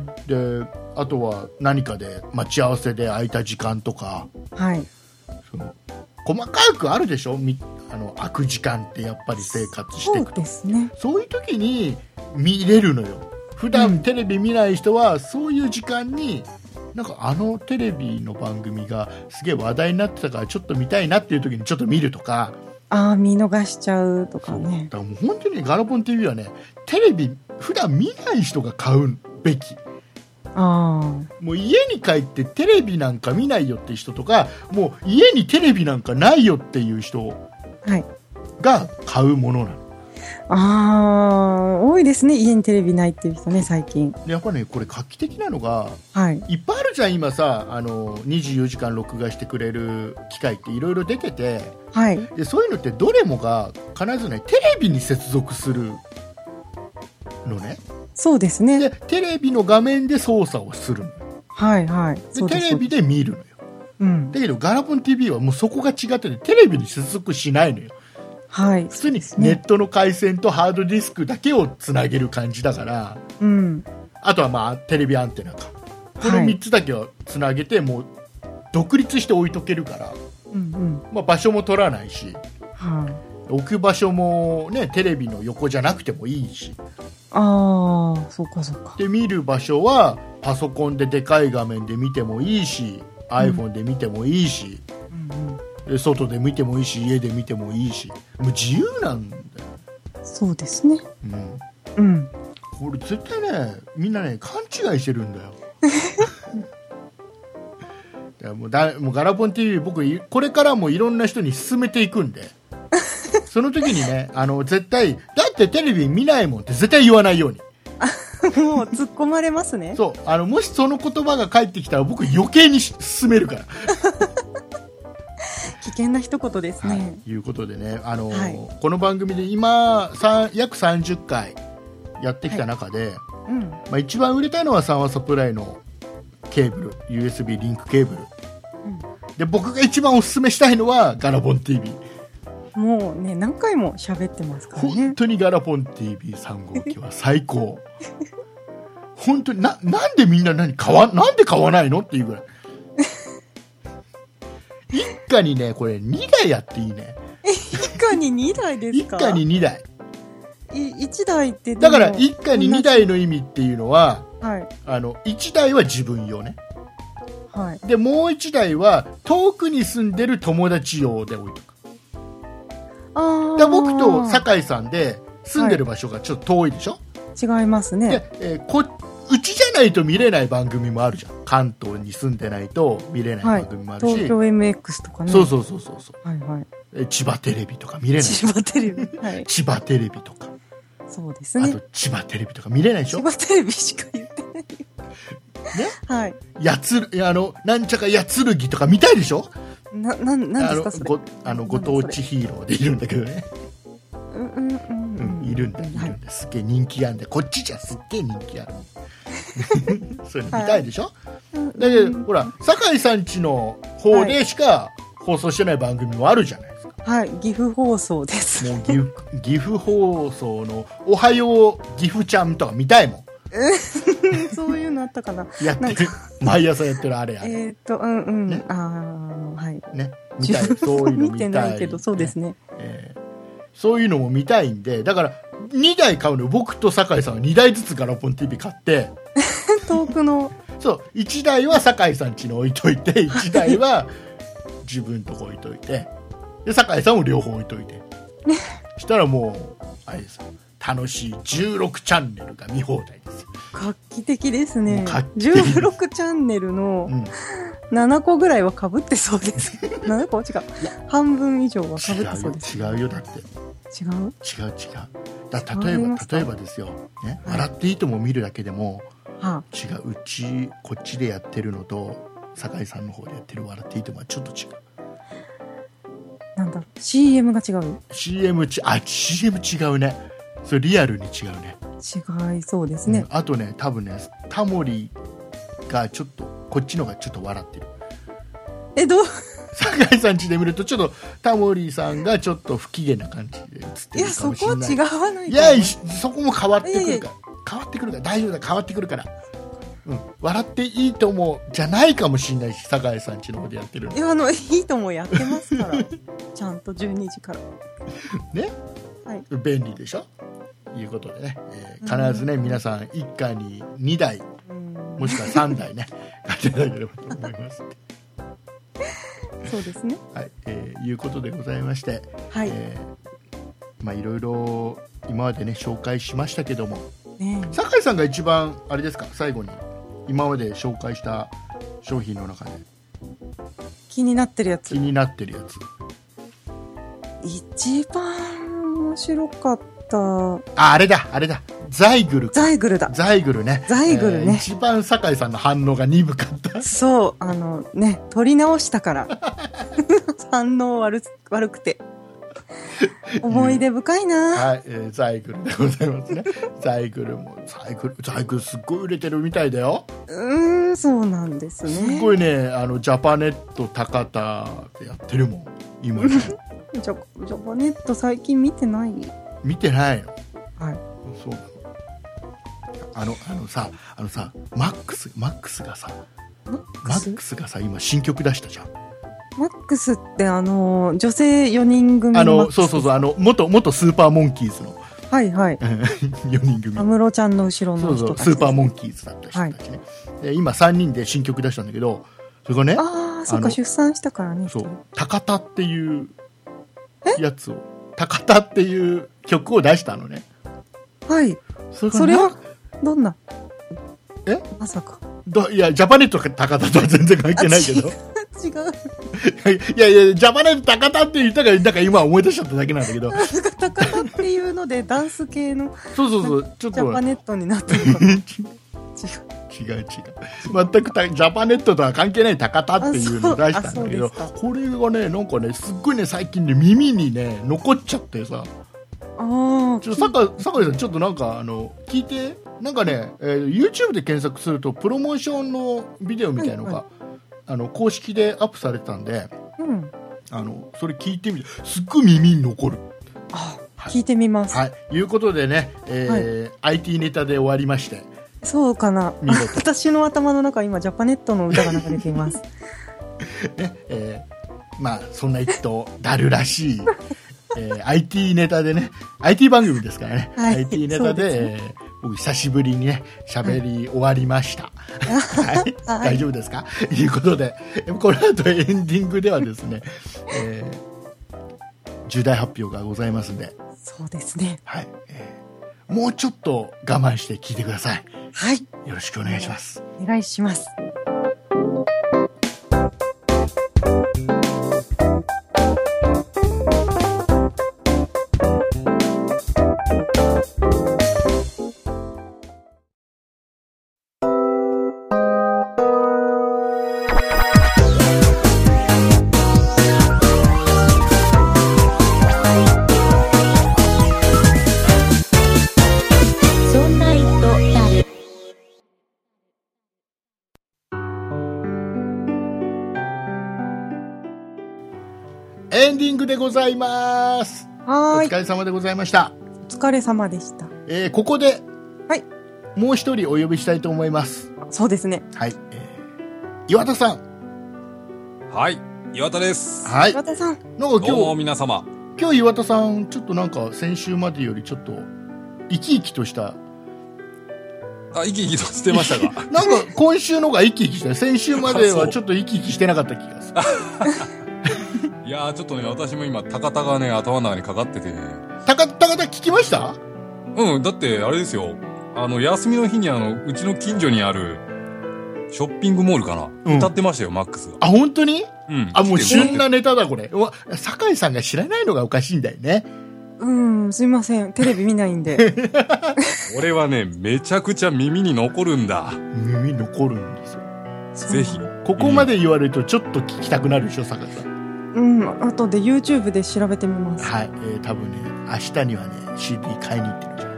Speaker 3: であとは何かで待ち合わせで空いた時間とか、はい、その細かくあるでしょみあの空く時間ってやっぱり生活していくと
Speaker 2: そうですね、
Speaker 3: そういう時に見れるのよ。普段テレビ見ない人はそういう時間になんかあのテレビの番組がすげえ話題になってたからちょっと見たいなっていう時にちょっと見るとか、
Speaker 2: ああ見逃しちゃうとかね。
Speaker 3: だからもう本当にガラポン ティーブイ はねテレビ普段見ない人が買うべき。あもう家に帰ってテレビなんか見ないよって人とかもう家にテレビなんかないよっていう人が買うものなの、はい、
Speaker 2: あ多いですね家にテレビないっていう人ね最近。
Speaker 3: やっぱりねこれ画期的なのが、
Speaker 2: はい、
Speaker 3: いっぱいあるじゃん今さあのにじゅうよじかん録画してくれる機械っていろいろ出てて、はい、でそういうのってどれもが必ずねテレビに接続するのね。
Speaker 2: そうですね。
Speaker 3: でテレビの画面で操作をするの。
Speaker 2: はいはい。
Speaker 3: でテレビで見るのよ、うん、だけどガラポン ティーブイ はもうそこが違っててテレビに接続しないのよ。
Speaker 2: はい、
Speaker 3: 普通にネットの回線とハードディスクだけをつなげる感じだから、うん、あとはまあテレビアンテナかこのみっつだけをつなげてもう独立して置いとけるから、うんうんまあ、場所も取らないし、はい、置く場所も、ね、テレビの横じゃなくてもいいし。
Speaker 2: ああそうかそうか。
Speaker 3: で見る場所はパソコンででかい画面で見てもいいし、うん、iPhone で見てもいいし、うんうん、外で見てもいいし家で見てもいいしもう自由なんだよ。
Speaker 2: そうですね、
Speaker 3: うんうん、これ絶対ねみんなね勘違いしてるんだよいやもうだもうガラポン ティーブイ 僕これからもいろんな人に勧めていくんでその時にねあの絶対だってテレビ見ないもんって絶対言わないように
Speaker 2: もう突っ込まれますね。
Speaker 3: そうあのもしその言葉が返ってきたら僕余計に勧めるから
Speaker 2: 危険な一言ですね。
Speaker 3: はい、いうことでねあの、はい、この番組で今さ約さんじゅっかいやってきた中で、はいうんまあ、一番売れたのはサンワサプライのケーブル ユーエスビー リンクケーブル、うん、で僕が一番おすすめしたいのはガラポン ティーブイ。
Speaker 2: もうね何回も喋ってますからね。
Speaker 3: 本当にガラポン ティーブイさん 号機は最高本当に な, なんでみんな何買わなんで買わないのっていうぐらい一家にねこれにだいあっていいね。
Speaker 2: 一家ににだいですか。
Speaker 3: 一家ににだい
Speaker 2: いいちだいって
Speaker 3: だから一家ににだいの意味っていうのは、はい、あのいちだいは自分用ね、はい、でもういちだいは遠くに住んでる友達用で置いとく。あで僕と酒井さんで住んでる場所がちょっと遠いでしょ、
Speaker 2: はい、違いますね。
Speaker 3: で、えー、こうちじゃないと見れない番組もあるじゃん。関東に住んでないと見れない番組もあるし、はい、
Speaker 2: 東京 エムエックス とかね。
Speaker 3: そうそうそうそうそう、
Speaker 2: はいはい、
Speaker 3: え千葉テレビとか見れない。
Speaker 2: 千葉テレビ、はい、
Speaker 3: 千葉テレビとか、
Speaker 2: そうですね。
Speaker 3: あと千葉テレビとか見れないでしょ。
Speaker 2: 千葉テレビしか言ってないよ
Speaker 3: ね、
Speaker 2: はい。
Speaker 3: やつあのなんちゃかやつるぎとか見たいでしょ。
Speaker 2: なななんですかそれ。
Speaker 3: ごあのご当地ヒーローでいるんだけどね。
Speaker 2: うんうんうん、
Speaker 3: うん、いるんだいるんだ、はい、すっげえ人気あるんで、こっちじゃすっげえ人気ある。それ見たいでしょ。はい、だけどほら酒井さんちの方でしか放送してない番組もあるじゃないですか。
Speaker 2: はい、岐阜放送です。
Speaker 3: もう岐阜岐阜放送のおはよう岐阜ちゃんとか見たいもん。
Speaker 2: そういうのあったかな。
Speaker 3: やってる毎朝やってるあれや。
Speaker 2: えっとうんうん、ね、ああはいね、
Speaker 3: 見たい。そういうの見たい。
Speaker 2: 見てないけどそうですね。
Speaker 3: えーそういうのも見たいんで、だからにだい買うの。僕と酒井さんはにだいずつガラポン ティーブイ 買って
Speaker 2: 遠くの
Speaker 3: そういちだいは酒井さん家に置いといて、いちだいは自分とこ置いといて、で酒井さんも両方置いといてしたらもうあれですよ、楽しいじゅうろくチャンネルが見放題ですよ。
Speaker 2: 画期的ですね。
Speaker 3: 画期的
Speaker 2: じゅうろくチャンネルのななこぐらいは被ってそうです。ななこ違う、半分以上は被ってそうです。
Speaker 3: 違うよ、違うよ。だって
Speaker 2: 違う違う
Speaker 3: 違うだ例えば例えばですよ、ね、はい、笑っていいとも見るだけでも、はあ、違う、うちこっちでやってるのと酒井さんの方でやってる笑っていいともはちょっと違う。
Speaker 2: なんだ シーエム が違う。
Speaker 3: シーエム ちあ シーエム 違うね。それリアルに違うね。
Speaker 2: 違いそうですね、
Speaker 3: うん、あとね多分ねタモリがちょっとこっちのがちょっと笑ってる。
Speaker 2: えどう
Speaker 3: 酒井さん家で見るとちょっとタモリさんがちょっと不機嫌な感じで映ってるかもしれない。
Speaker 2: いやそこは違わない。
Speaker 3: いやそこも変わってくるから変わってくるから大丈夫だ、変わってくるから、うん、笑っていいと思うじゃないかもしれないし、酒井さん家の方でやってるの。
Speaker 2: いやあのいいともやってますからちゃんとじゅうにじから
Speaker 3: ね、はい、便利でしょ。いうことでね、えー、必ずね、うん、皆さん一家ににだい、うん、もしくはさんだいね買っていただければと思います
Speaker 2: そうですね、
Speaker 3: はい、えー、いうことでございまして、
Speaker 2: はい、
Speaker 3: えー、まあいろいろ今までね紹介しましたけども、
Speaker 2: ね、
Speaker 3: 酒井さんが一番あれですか、最後に今まで紹介した商品の中で
Speaker 2: 気になってるやつ
Speaker 3: 気になってるやつ
Speaker 2: 一番面白かった、
Speaker 3: ああれだあれだザイグル
Speaker 2: ザイグルだ
Speaker 3: ザイグルね
Speaker 2: ザイグルね、
Speaker 3: えー、一番酒井さんの反応が鈍かった
Speaker 2: そうあのね撮り直したから反応悪悪くて思い出深いな、
Speaker 3: はい、えー、ザイグルでございますねザイグルもザイグルザイグルすっごい売れてるみたいだよ。
Speaker 2: うーんそうなんですね。
Speaker 3: すごいね、あのジャパネット高田でやってるもん今ジャ,
Speaker 2: ジャパネット最近見てない
Speaker 3: 見てないの。
Speaker 2: はい
Speaker 3: そうなの。あのあのさあのさマックスマックスがさマックスがさ今新曲出したじゃん。
Speaker 2: マックスってあの女性よにん組の
Speaker 3: あのそうそうそうあの元元スーパーモンキーズの
Speaker 2: はいはい
Speaker 3: よにん組、
Speaker 2: 安室ちゃんの後ろの人たち、
Speaker 3: そうそうスーパーモンキーズだった人たちね、はい、で今さんにんで新曲出したんだけど、それがね、
Speaker 2: ああそうか出産したからね、
Speaker 3: そう高田っていうやつを高田っていう曲を出したのね。
Speaker 2: はい。それ, それはどんな
Speaker 3: え
Speaker 2: まさか
Speaker 3: どいやジャパネット高田とは全然関係ないけど
Speaker 2: 違う
Speaker 3: いやいやジャパネット高田って言ったからなんか今思い出しちゃっただけなんだけど
Speaker 2: 高田っていうのでダンス系の
Speaker 3: そうそうそうちょっと
Speaker 2: ジャパネットになってるかな違う
Speaker 3: 違う違う全くジャパネットとは関係ない高田っていうのを出したんだけど、これがねなんかねすっごいね最近ね耳にね残っちゃってさ、
Speaker 2: ああ
Speaker 3: ちょっと酒井さんちょっとなんかあの聞いてなんかね、えー、YouTube で検索するとプロモーションのビデオみたいのが、はいはい、あの公式でアップされてたんで、
Speaker 2: うん、
Speaker 3: あのそれ聞いてみてすっごい耳に残る。
Speaker 2: あ、はい、聞いてみます。
Speaker 3: はい、いうことでね、えーはい、アイティー ネタで終わりまして。
Speaker 2: そうかな。私の頭の中今ジャパネットの歌が流れています。
Speaker 3: ね、えー、まあそんな一頭だるらしい、えー、アイティー ネタでね アイティー 番組ですからね、はい、アイティー ネタで、で、ね、えー、僕久しぶりにね喋り終わりました。はいはい、大丈夫ですか？ということでこの後エンディングではですね、えー、重大発表がございますんで。
Speaker 2: そうですね。
Speaker 3: はい、えー、もうちょっと我慢して聞いてください。
Speaker 2: はい。
Speaker 3: よろしくお願いします。
Speaker 2: お願いします。
Speaker 3: エンディングでございます。
Speaker 2: はい。
Speaker 3: お疲れ様でございました。
Speaker 2: お疲れ様でした。
Speaker 3: えー、ここで、
Speaker 2: はい。
Speaker 3: もう一人お呼びしたいと思います。
Speaker 2: そうですね。
Speaker 3: はい。えー、岩田さん。
Speaker 4: はい。岩田です。
Speaker 3: はい。
Speaker 2: 岩田さん。
Speaker 3: なんか今日、
Speaker 4: どうも皆様。
Speaker 3: 今日岩田さん、ちょっとなんか先週までよりちょっと、生き生きとした。
Speaker 4: あ、生き生きとしてましたか
Speaker 3: なんか今週のが生き生きした。先週まではちょっと生き生きしてなかった気がする。
Speaker 4: いやーちょっとね、私も今、高田がね、頭の中にかかっててね。
Speaker 3: 高田、高田聞きました？
Speaker 4: うん、だって、あれですよ。あの、休みの日にあの、うちの近所にある、ショッピングモールかな、うん、歌ってましたよ、マックスが。
Speaker 3: あ、本当に？
Speaker 4: うん。
Speaker 3: あ、もう旬なネタだ、これ。うわ、酒井さんが知らないのがおかしいんだよね。
Speaker 2: うん、すいません。テレビ見ないんで。
Speaker 4: 俺はね、めちゃくちゃ耳に残るんだ。
Speaker 3: 耳残るんですよ。
Speaker 4: ぜひ。
Speaker 3: ここまで言われるとちょっと聞きたくなるでしょ、酒井さん。
Speaker 2: うん、後で YouTube で調べてみます。
Speaker 3: はい、えー、多分ね、明日にはね、シーディー 買いに行ってるんじゃない。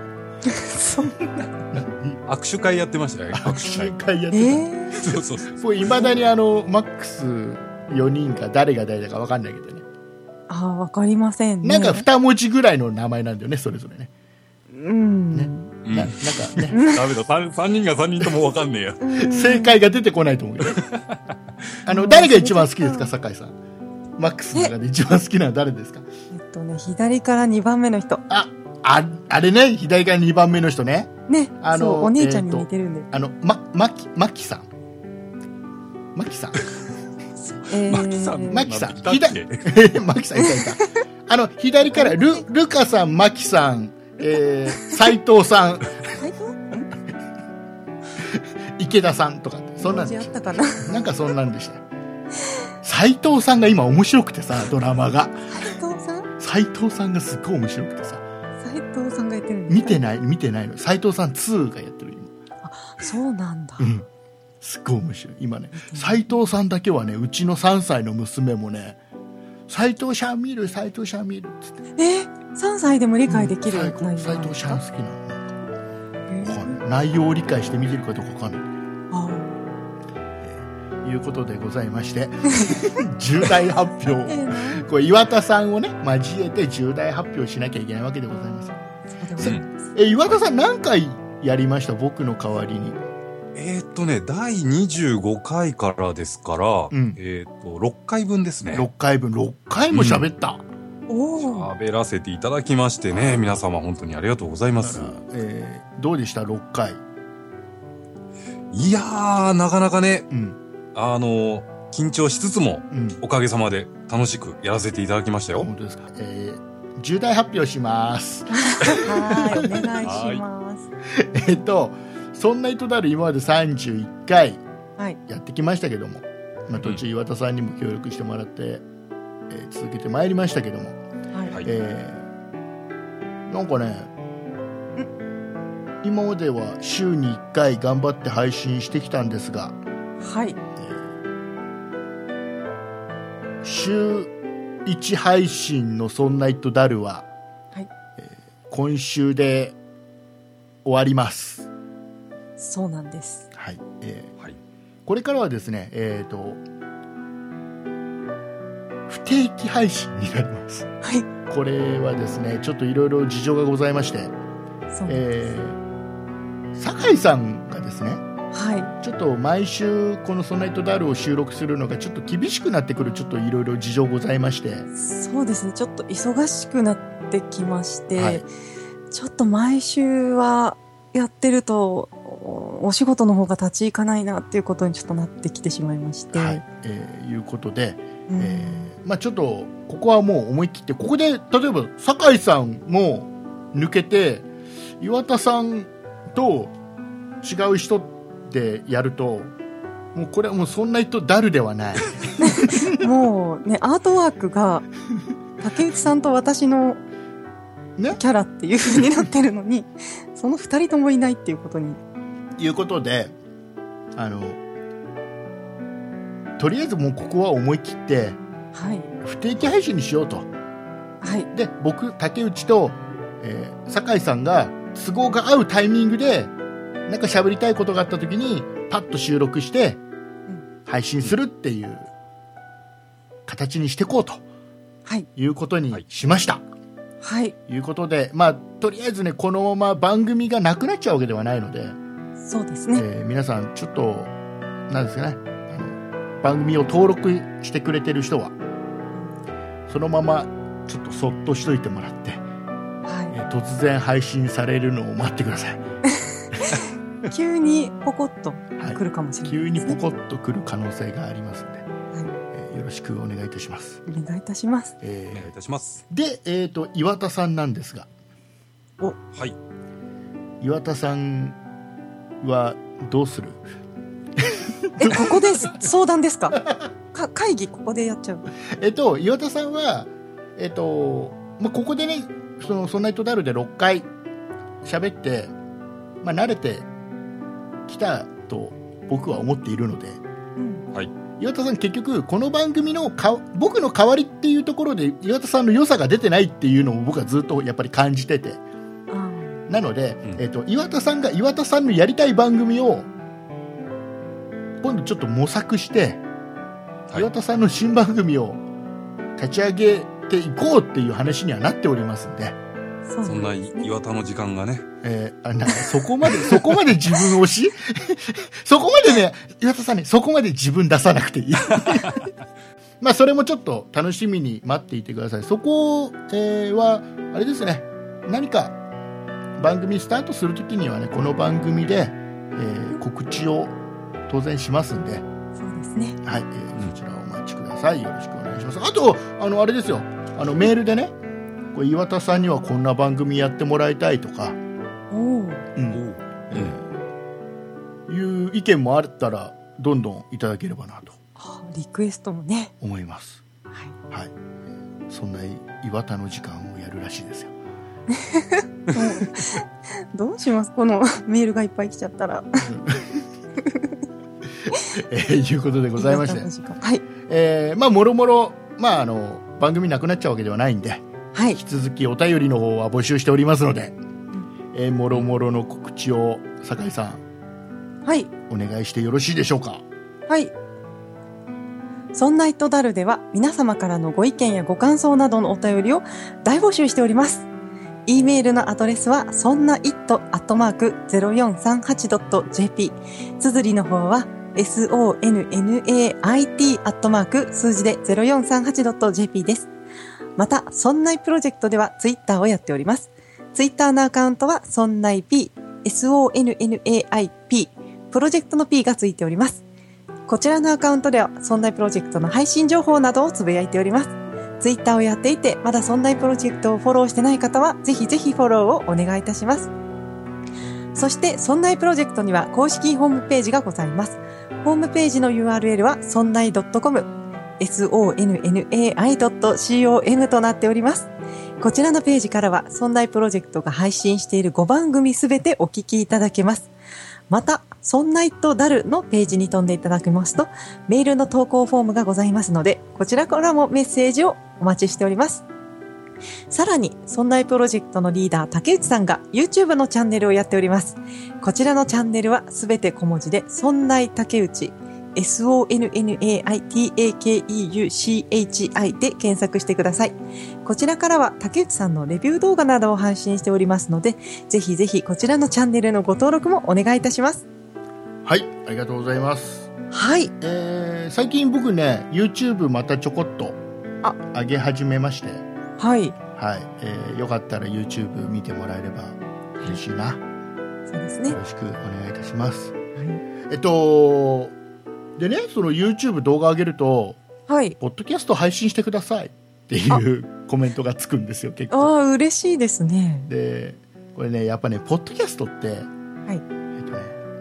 Speaker 2: そんな。
Speaker 4: 握手会やってましたよ。
Speaker 3: 握手会やってた。
Speaker 2: えー、
Speaker 4: そうそうそう。
Speaker 3: これ未だにあの、マックスよにんが誰が誰だか分かんないけどね。
Speaker 2: ああ、わかりませんね。
Speaker 3: なんか二文字ぐらいの名前なんだよね、それぞれね。
Speaker 2: うん。
Speaker 3: ね。
Speaker 4: うん、
Speaker 3: な, なんかね。
Speaker 4: ダメだ、三人が三人とも分かんねえや。
Speaker 3: 正解が出てこないと思うよ。あの、誰が一番好きですか、酒井さん。マックスの中で一番好きなのは誰ですか？
Speaker 2: えっとね、左からにばんめの人。
Speaker 3: あ、あ、あれね、左からにばんめの人ね。
Speaker 2: ね、あの、そう、お姉ちゃんに似てるんで。
Speaker 3: えー、あの、ま、まき、まきさん。まきさん。
Speaker 2: えー、
Speaker 4: マキさん。
Speaker 3: マキさん。左、マキさんいたいた。あの、左から、ル、ルカさん、マキさん、えー、斎藤さん。
Speaker 2: 斎藤
Speaker 3: 池田さんとかって、そんなんでした。
Speaker 2: あったかな。
Speaker 3: なんかそんなんでした。斎藤さんが今面白くてさ、ドラマが。
Speaker 2: 斎藤さん？
Speaker 3: 斎藤さんがすっごい面白くてさ。
Speaker 2: 斎藤さんがやってるんですか？
Speaker 3: 見てない、見てないの。斎藤さんツーがやってる今。
Speaker 2: あ、そうなんだ。
Speaker 3: うん。すっごい面白い。今ね、斎藤さんだけはね、うちのさんさいの娘もね、斎藤シャン見る、斎藤シャン見るっつって。
Speaker 2: えー、さんさいでも理解できる内容
Speaker 3: なんですか？斎藤シャン好きなの。なんか、えー、内容を理解して見てるかどうかわかんない。
Speaker 2: ああ。
Speaker 3: いうことでございまして重大発表これ岩田さんをね交えて重大発表しなきゃいけないわけでございます。
Speaker 2: そうで
Speaker 3: え岩田さん何回やりました？僕の代わりに。
Speaker 4: えー、っとねだいにじゅうごかいからですから、うん、えー、っとろっかいぶんですね。
Speaker 3: ろっかいぶん、ろっかいも喋った、
Speaker 2: うん、お
Speaker 4: 喋らせていただきましてね、皆様本当にありがとうございます。
Speaker 3: えー、どうでしたろっかい？
Speaker 4: いやーなかなかね、
Speaker 3: うん、
Speaker 4: あの緊張しつつも、うん、おかげさまで楽しくやらせていただきましたよ。
Speaker 3: 本当ですか？えー、重大発表します
Speaker 2: はいお願いします
Speaker 3: えっとそんな糸である今までさんじゅういっかいやってきましたけども、はい、まあ、途中岩田さんにも協力してもらって、うん、えー、続けてまいりましたけども、はい、えー、なんかね今までは週にいっかい頑張って配信してきたんですが、
Speaker 2: はい、え
Speaker 3: ー、週いち配信のそんな糸だるは、はい、えー、今週で終わります。
Speaker 2: そうなんです。
Speaker 3: はい、えーはい、これからはですね、えーと、不定期配信になります。
Speaker 2: はい。
Speaker 3: これはですね、ちょっといろいろ事情がございまして、
Speaker 2: そう
Speaker 3: えー、酒井さんがですね、
Speaker 2: はい、
Speaker 3: ちょっと毎週この「そんな糸だる」を収録するのがちょっと厳しくなってくる、ちょっといろいろ事情ございまして。
Speaker 2: そうですね、ちょっと忙しくなってきまして、はい、ちょっと毎週はやってるとお仕事の方が立ち行かないなっていうことにちょっとなってきてしまいまして、
Speaker 3: はい、えー、いうことで、うん、えーまあ、ちょっとここはもう思い切って、ここで例えば酒井さんも抜けて岩田さんと違う人でやるともうこれはもうそんな人ダルではない
Speaker 2: もうねアートワークが竹内さんと私のキャラっていう風になってるのに、ね、その二人ともいないっていうことに
Speaker 3: いうことであのとりあえずもうここは思い切って、はい、不定期配信にしようと、はい、で僕竹内と、えー、酒井さんが都合が合うタイミングでなんか喋りたいことがあった時にパッと収録して配信するっていう形にしていこうと、はい、いうことにしました。はい。いうことで、まあとりあえずねこのまま番組がなくなっちゃうわけではないので、
Speaker 2: そうですね。
Speaker 3: えー、皆さんちょっとなんですかね、あの番組を登録してくれてる人はそのままちょっとそっとしといてもらって、はい、えー、突然配信されるのを待ってください。
Speaker 2: 急にポコッと来るかもしれないですね、
Speaker 3: はい、急にポコッと来る可能性がありますので、はい、えー、よろしくお願いいたします。
Speaker 2: お願いいたします。
Speaker 4: えー、お願いいたします。
Speaker 3: で、えっと岩田さんなんですが、
Speaker 4: お、はい。
Speaker 3: 岩田さんはどうする？
Speaker 2: え、ここで相談ですか？か会議ここでやっちゃう。
Speaker 3: えっと岩田さんはえっとまあここでねそのそんな人だるでろっかい喋って、まあ慣れてきたと僕は思っているので、うん、はい。岩田さん結局この番組のか僕の代わりっていうところで岩田さんの良さが出てないっていうのを僕はずっとやっぱり感じてて、なので、うん、えーと、岩田さんが岩田さんのやりたい番組を今度ちょっと模索して、はい、岩田さんの新番組を立ち上げていこうっていう話にはなっておりますんで、
Speaker 4: そ, そんな岩田の時間がね、
Speaker 3: えー、あなそこまでそこまで自分推しそこまでね岩田さんねそこまで自分出さなくていいまあそれもちょっと楽しみに待っていてください。そこ、えー、はあれですね、何か番組スタートするときにはねこの番組で、えー、告知を当然しますんで、
Speaker 2: そうですね、
Speaker 3: はい、えー、そちらをお待ちください。よろしくお願いします。あとあのあれですよ、あのメールでねこれ岩田さんにはこんな番組やってもらいたいとか、お、うん、えー、いう意見もあったらどんどんいただければなと、
Speaker 2: はあ、リクエストもね
Speaker 3: 思います。はい、はい、そんな岩田の時間をやるらしいですよ
Speaker 2: どうしますこのメールがいっぱい来ちゃったら
Speaker 3: えー、いうことでございまして、
Speaker 2: はい、
Speaker 3: えー、まあもろもろまああの番組なくなっちゃうわけではないんで、はい、引き続きお便りの方は募集しておりますので、うん、えー、もろもろの告知を酒井さん、はい、お願いしてよろしいでしょうか。
Speaker 2: はい、そんな糸だるでは皆様からのご意見やご感想などのお便りを大募集しております。E メールのアドレスはそんな イット アットマーク ゼロよんさんはち ドット ジェーピー、 綴りの方は ソンナイト アットマーク数字で ゼロよんさんはち ドット ジェーピー です。また、そんないプロジェクトではツイッターをやっております。ツイッターのアカウントはそんない P、ソンナイピー、プロジェクトの P がついております。こちらのアカウントではそんないプロジェクトの配信情報などをつぶやいております。ツイッターをやっていて、まだそんないプロジェクトをフォローしてない方は、ぜひぜひフォローをお願いいたします。そして、そんないプロジェクトには公式ホームページがございます。ホームページの ユーアールエル はそんない ドットコム、ソンナイ ドットコム となっております。こちらのページからは、そんないプロジェクトが配信しているごばんぐみすべてお聞きいただけます。また、そんないとダルのページに飛んでいただきますと、メールの投稿フォームがございますので、こちらからもメッセージをお待ちしております。さらに、そんないプロジェクトのリーダー竹内さんが YouTube のチャンネルをやっております。こちらのチャンネルはすべて小文字で、そんない竹内、ソンナイタケウチで検索してください。こちらからは竹内さんのレビュー動画などを配信しておりますので、ぜひぜひこちらのチャンネルのご登録もお願いいたします。
Speaker 3: はい、ありがとうございます。
Speaker 2: はい、
Speaker 3: えー、最近僕ね YouTube またちょこっと上げ始めまして、
Speaker 2: はい、
Speaker 3: はい、えー、よかったら YouTube 見てもらえれば嬉しいな。
Speaker 2: そうですね、
Speaker 3: よろしくお願いいたします。はい、えっとでね、その YouTube 動画上げると、はい、ポッドキャスト配信してくださいっていうコメントがつくんですよ。結構
Speaker 2: ああ嬉しいですね。
Speaker 3: でこれねやっぱねポッドキャストって、はい、えっとね、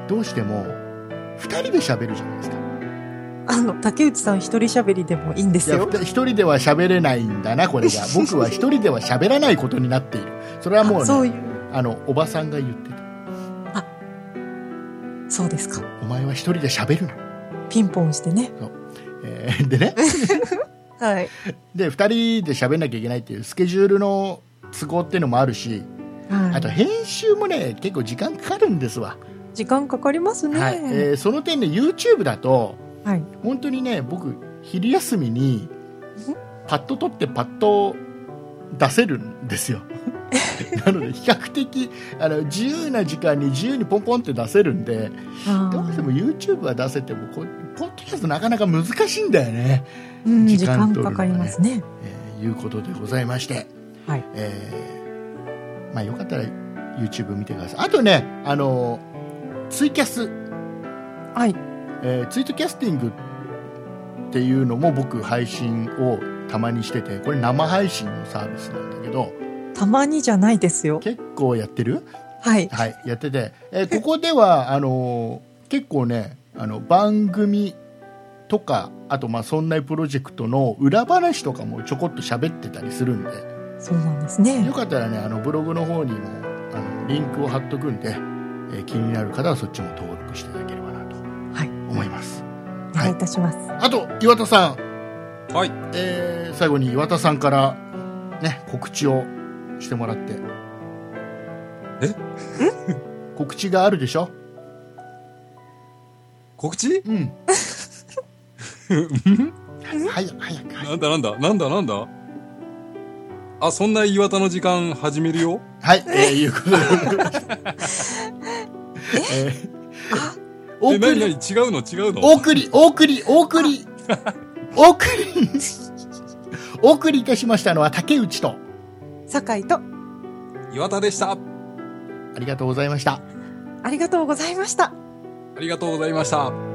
Speaker 3: どうしてもふたりで喋るじゃないですか。
Speaker 2: あの竹内さん一人喋りでもいいんですよ。
Speaker 3: 一人では喋れないんだなこれが。僕は一人では喋らないことになっている。それはもうね、そういうあのおばさんが言ってた。
Speaker 2: あ、そうですか。
Speaker 3: お前は一人で喋るな。
Speaker 2: ピンポンしてね。そう、
Speaker 3: えー、でね
Speaker 2: はい。
Speaker 3: でふたりで喋んなきゃいけないっていうスケジュールの都合っていうのもあるし、はい、あと編集もね結構時間かかるんですわ。
Speaker 2: 時間かかりますね。
Speaker 3: はい、えー、その点で YouTube だと、
Speaker 2: はい、
Speaker 3: 本当にね僕昼休みにパッと撮ってパッと出せるんですよなので比較的あの自由な時間に自由にポンポンって出せるんで、どうしても YouTube は出せてもこうポッドキャストなかなか難しいんだよね。
Speaker 2: うん、時間取るのがね、時間かかりますね、
Speaker 3: えー、いうことでございまして、
Speaker 2: はい、
Speaker 3: えー、まあよかったら YouTube 見てください。あとねあのツイキャス、
Speaker 2: はい、
Speaker 3: えー、ツイートキャスティングっていうのも僕配信をたまにしてて、これ生配信のサービスなんだけど、
Speaker 2: たまにじゃないですよ。
Speaker 3: 結構やってる？
Speaker 2: はい、
Speaker 3: はい、やってて、えー、ここではあのー、結構ねあの番組とかあとまあそんなプロジェクトの裏話とかもちょこっと喋ってたりするんで、
Speaker 2: そうなんですね。
Speaker 3: よかったらねあのブログの方にもあのリンクを貼っとくんで、えー、気になる方はそっちも登録していただければなと思います。
Speaker 2: お願いいたします。
Speaker 3: はい、あと岩田さん、
Speaker 4: はい、
Speaker 3: えー、最後に岩田さんからね告知をしてもらって。
Speaker 4: え
Speaker 3: 告知があるでしょ。
Speaker 4: 告知？
Speaker 3: うん早く早く。
Speaker 4: なんだなんだなんだなんだ。あ、そんな岩田の時間始めるよ。
Speaker 3: はい、えー、いうことでえー、
Speaker 4: あお送り、何何違うの違うの。
Speaker 3: お送りお送りお送りお送りお送りいたしましたのは竹内と
Speaker 2: 酒井と
Speaker 4: 岩田でした。
Speaker 3: ありがとうございました。
Speaker 2: ありがとうございました。
Speaker 4: ありがとうございました。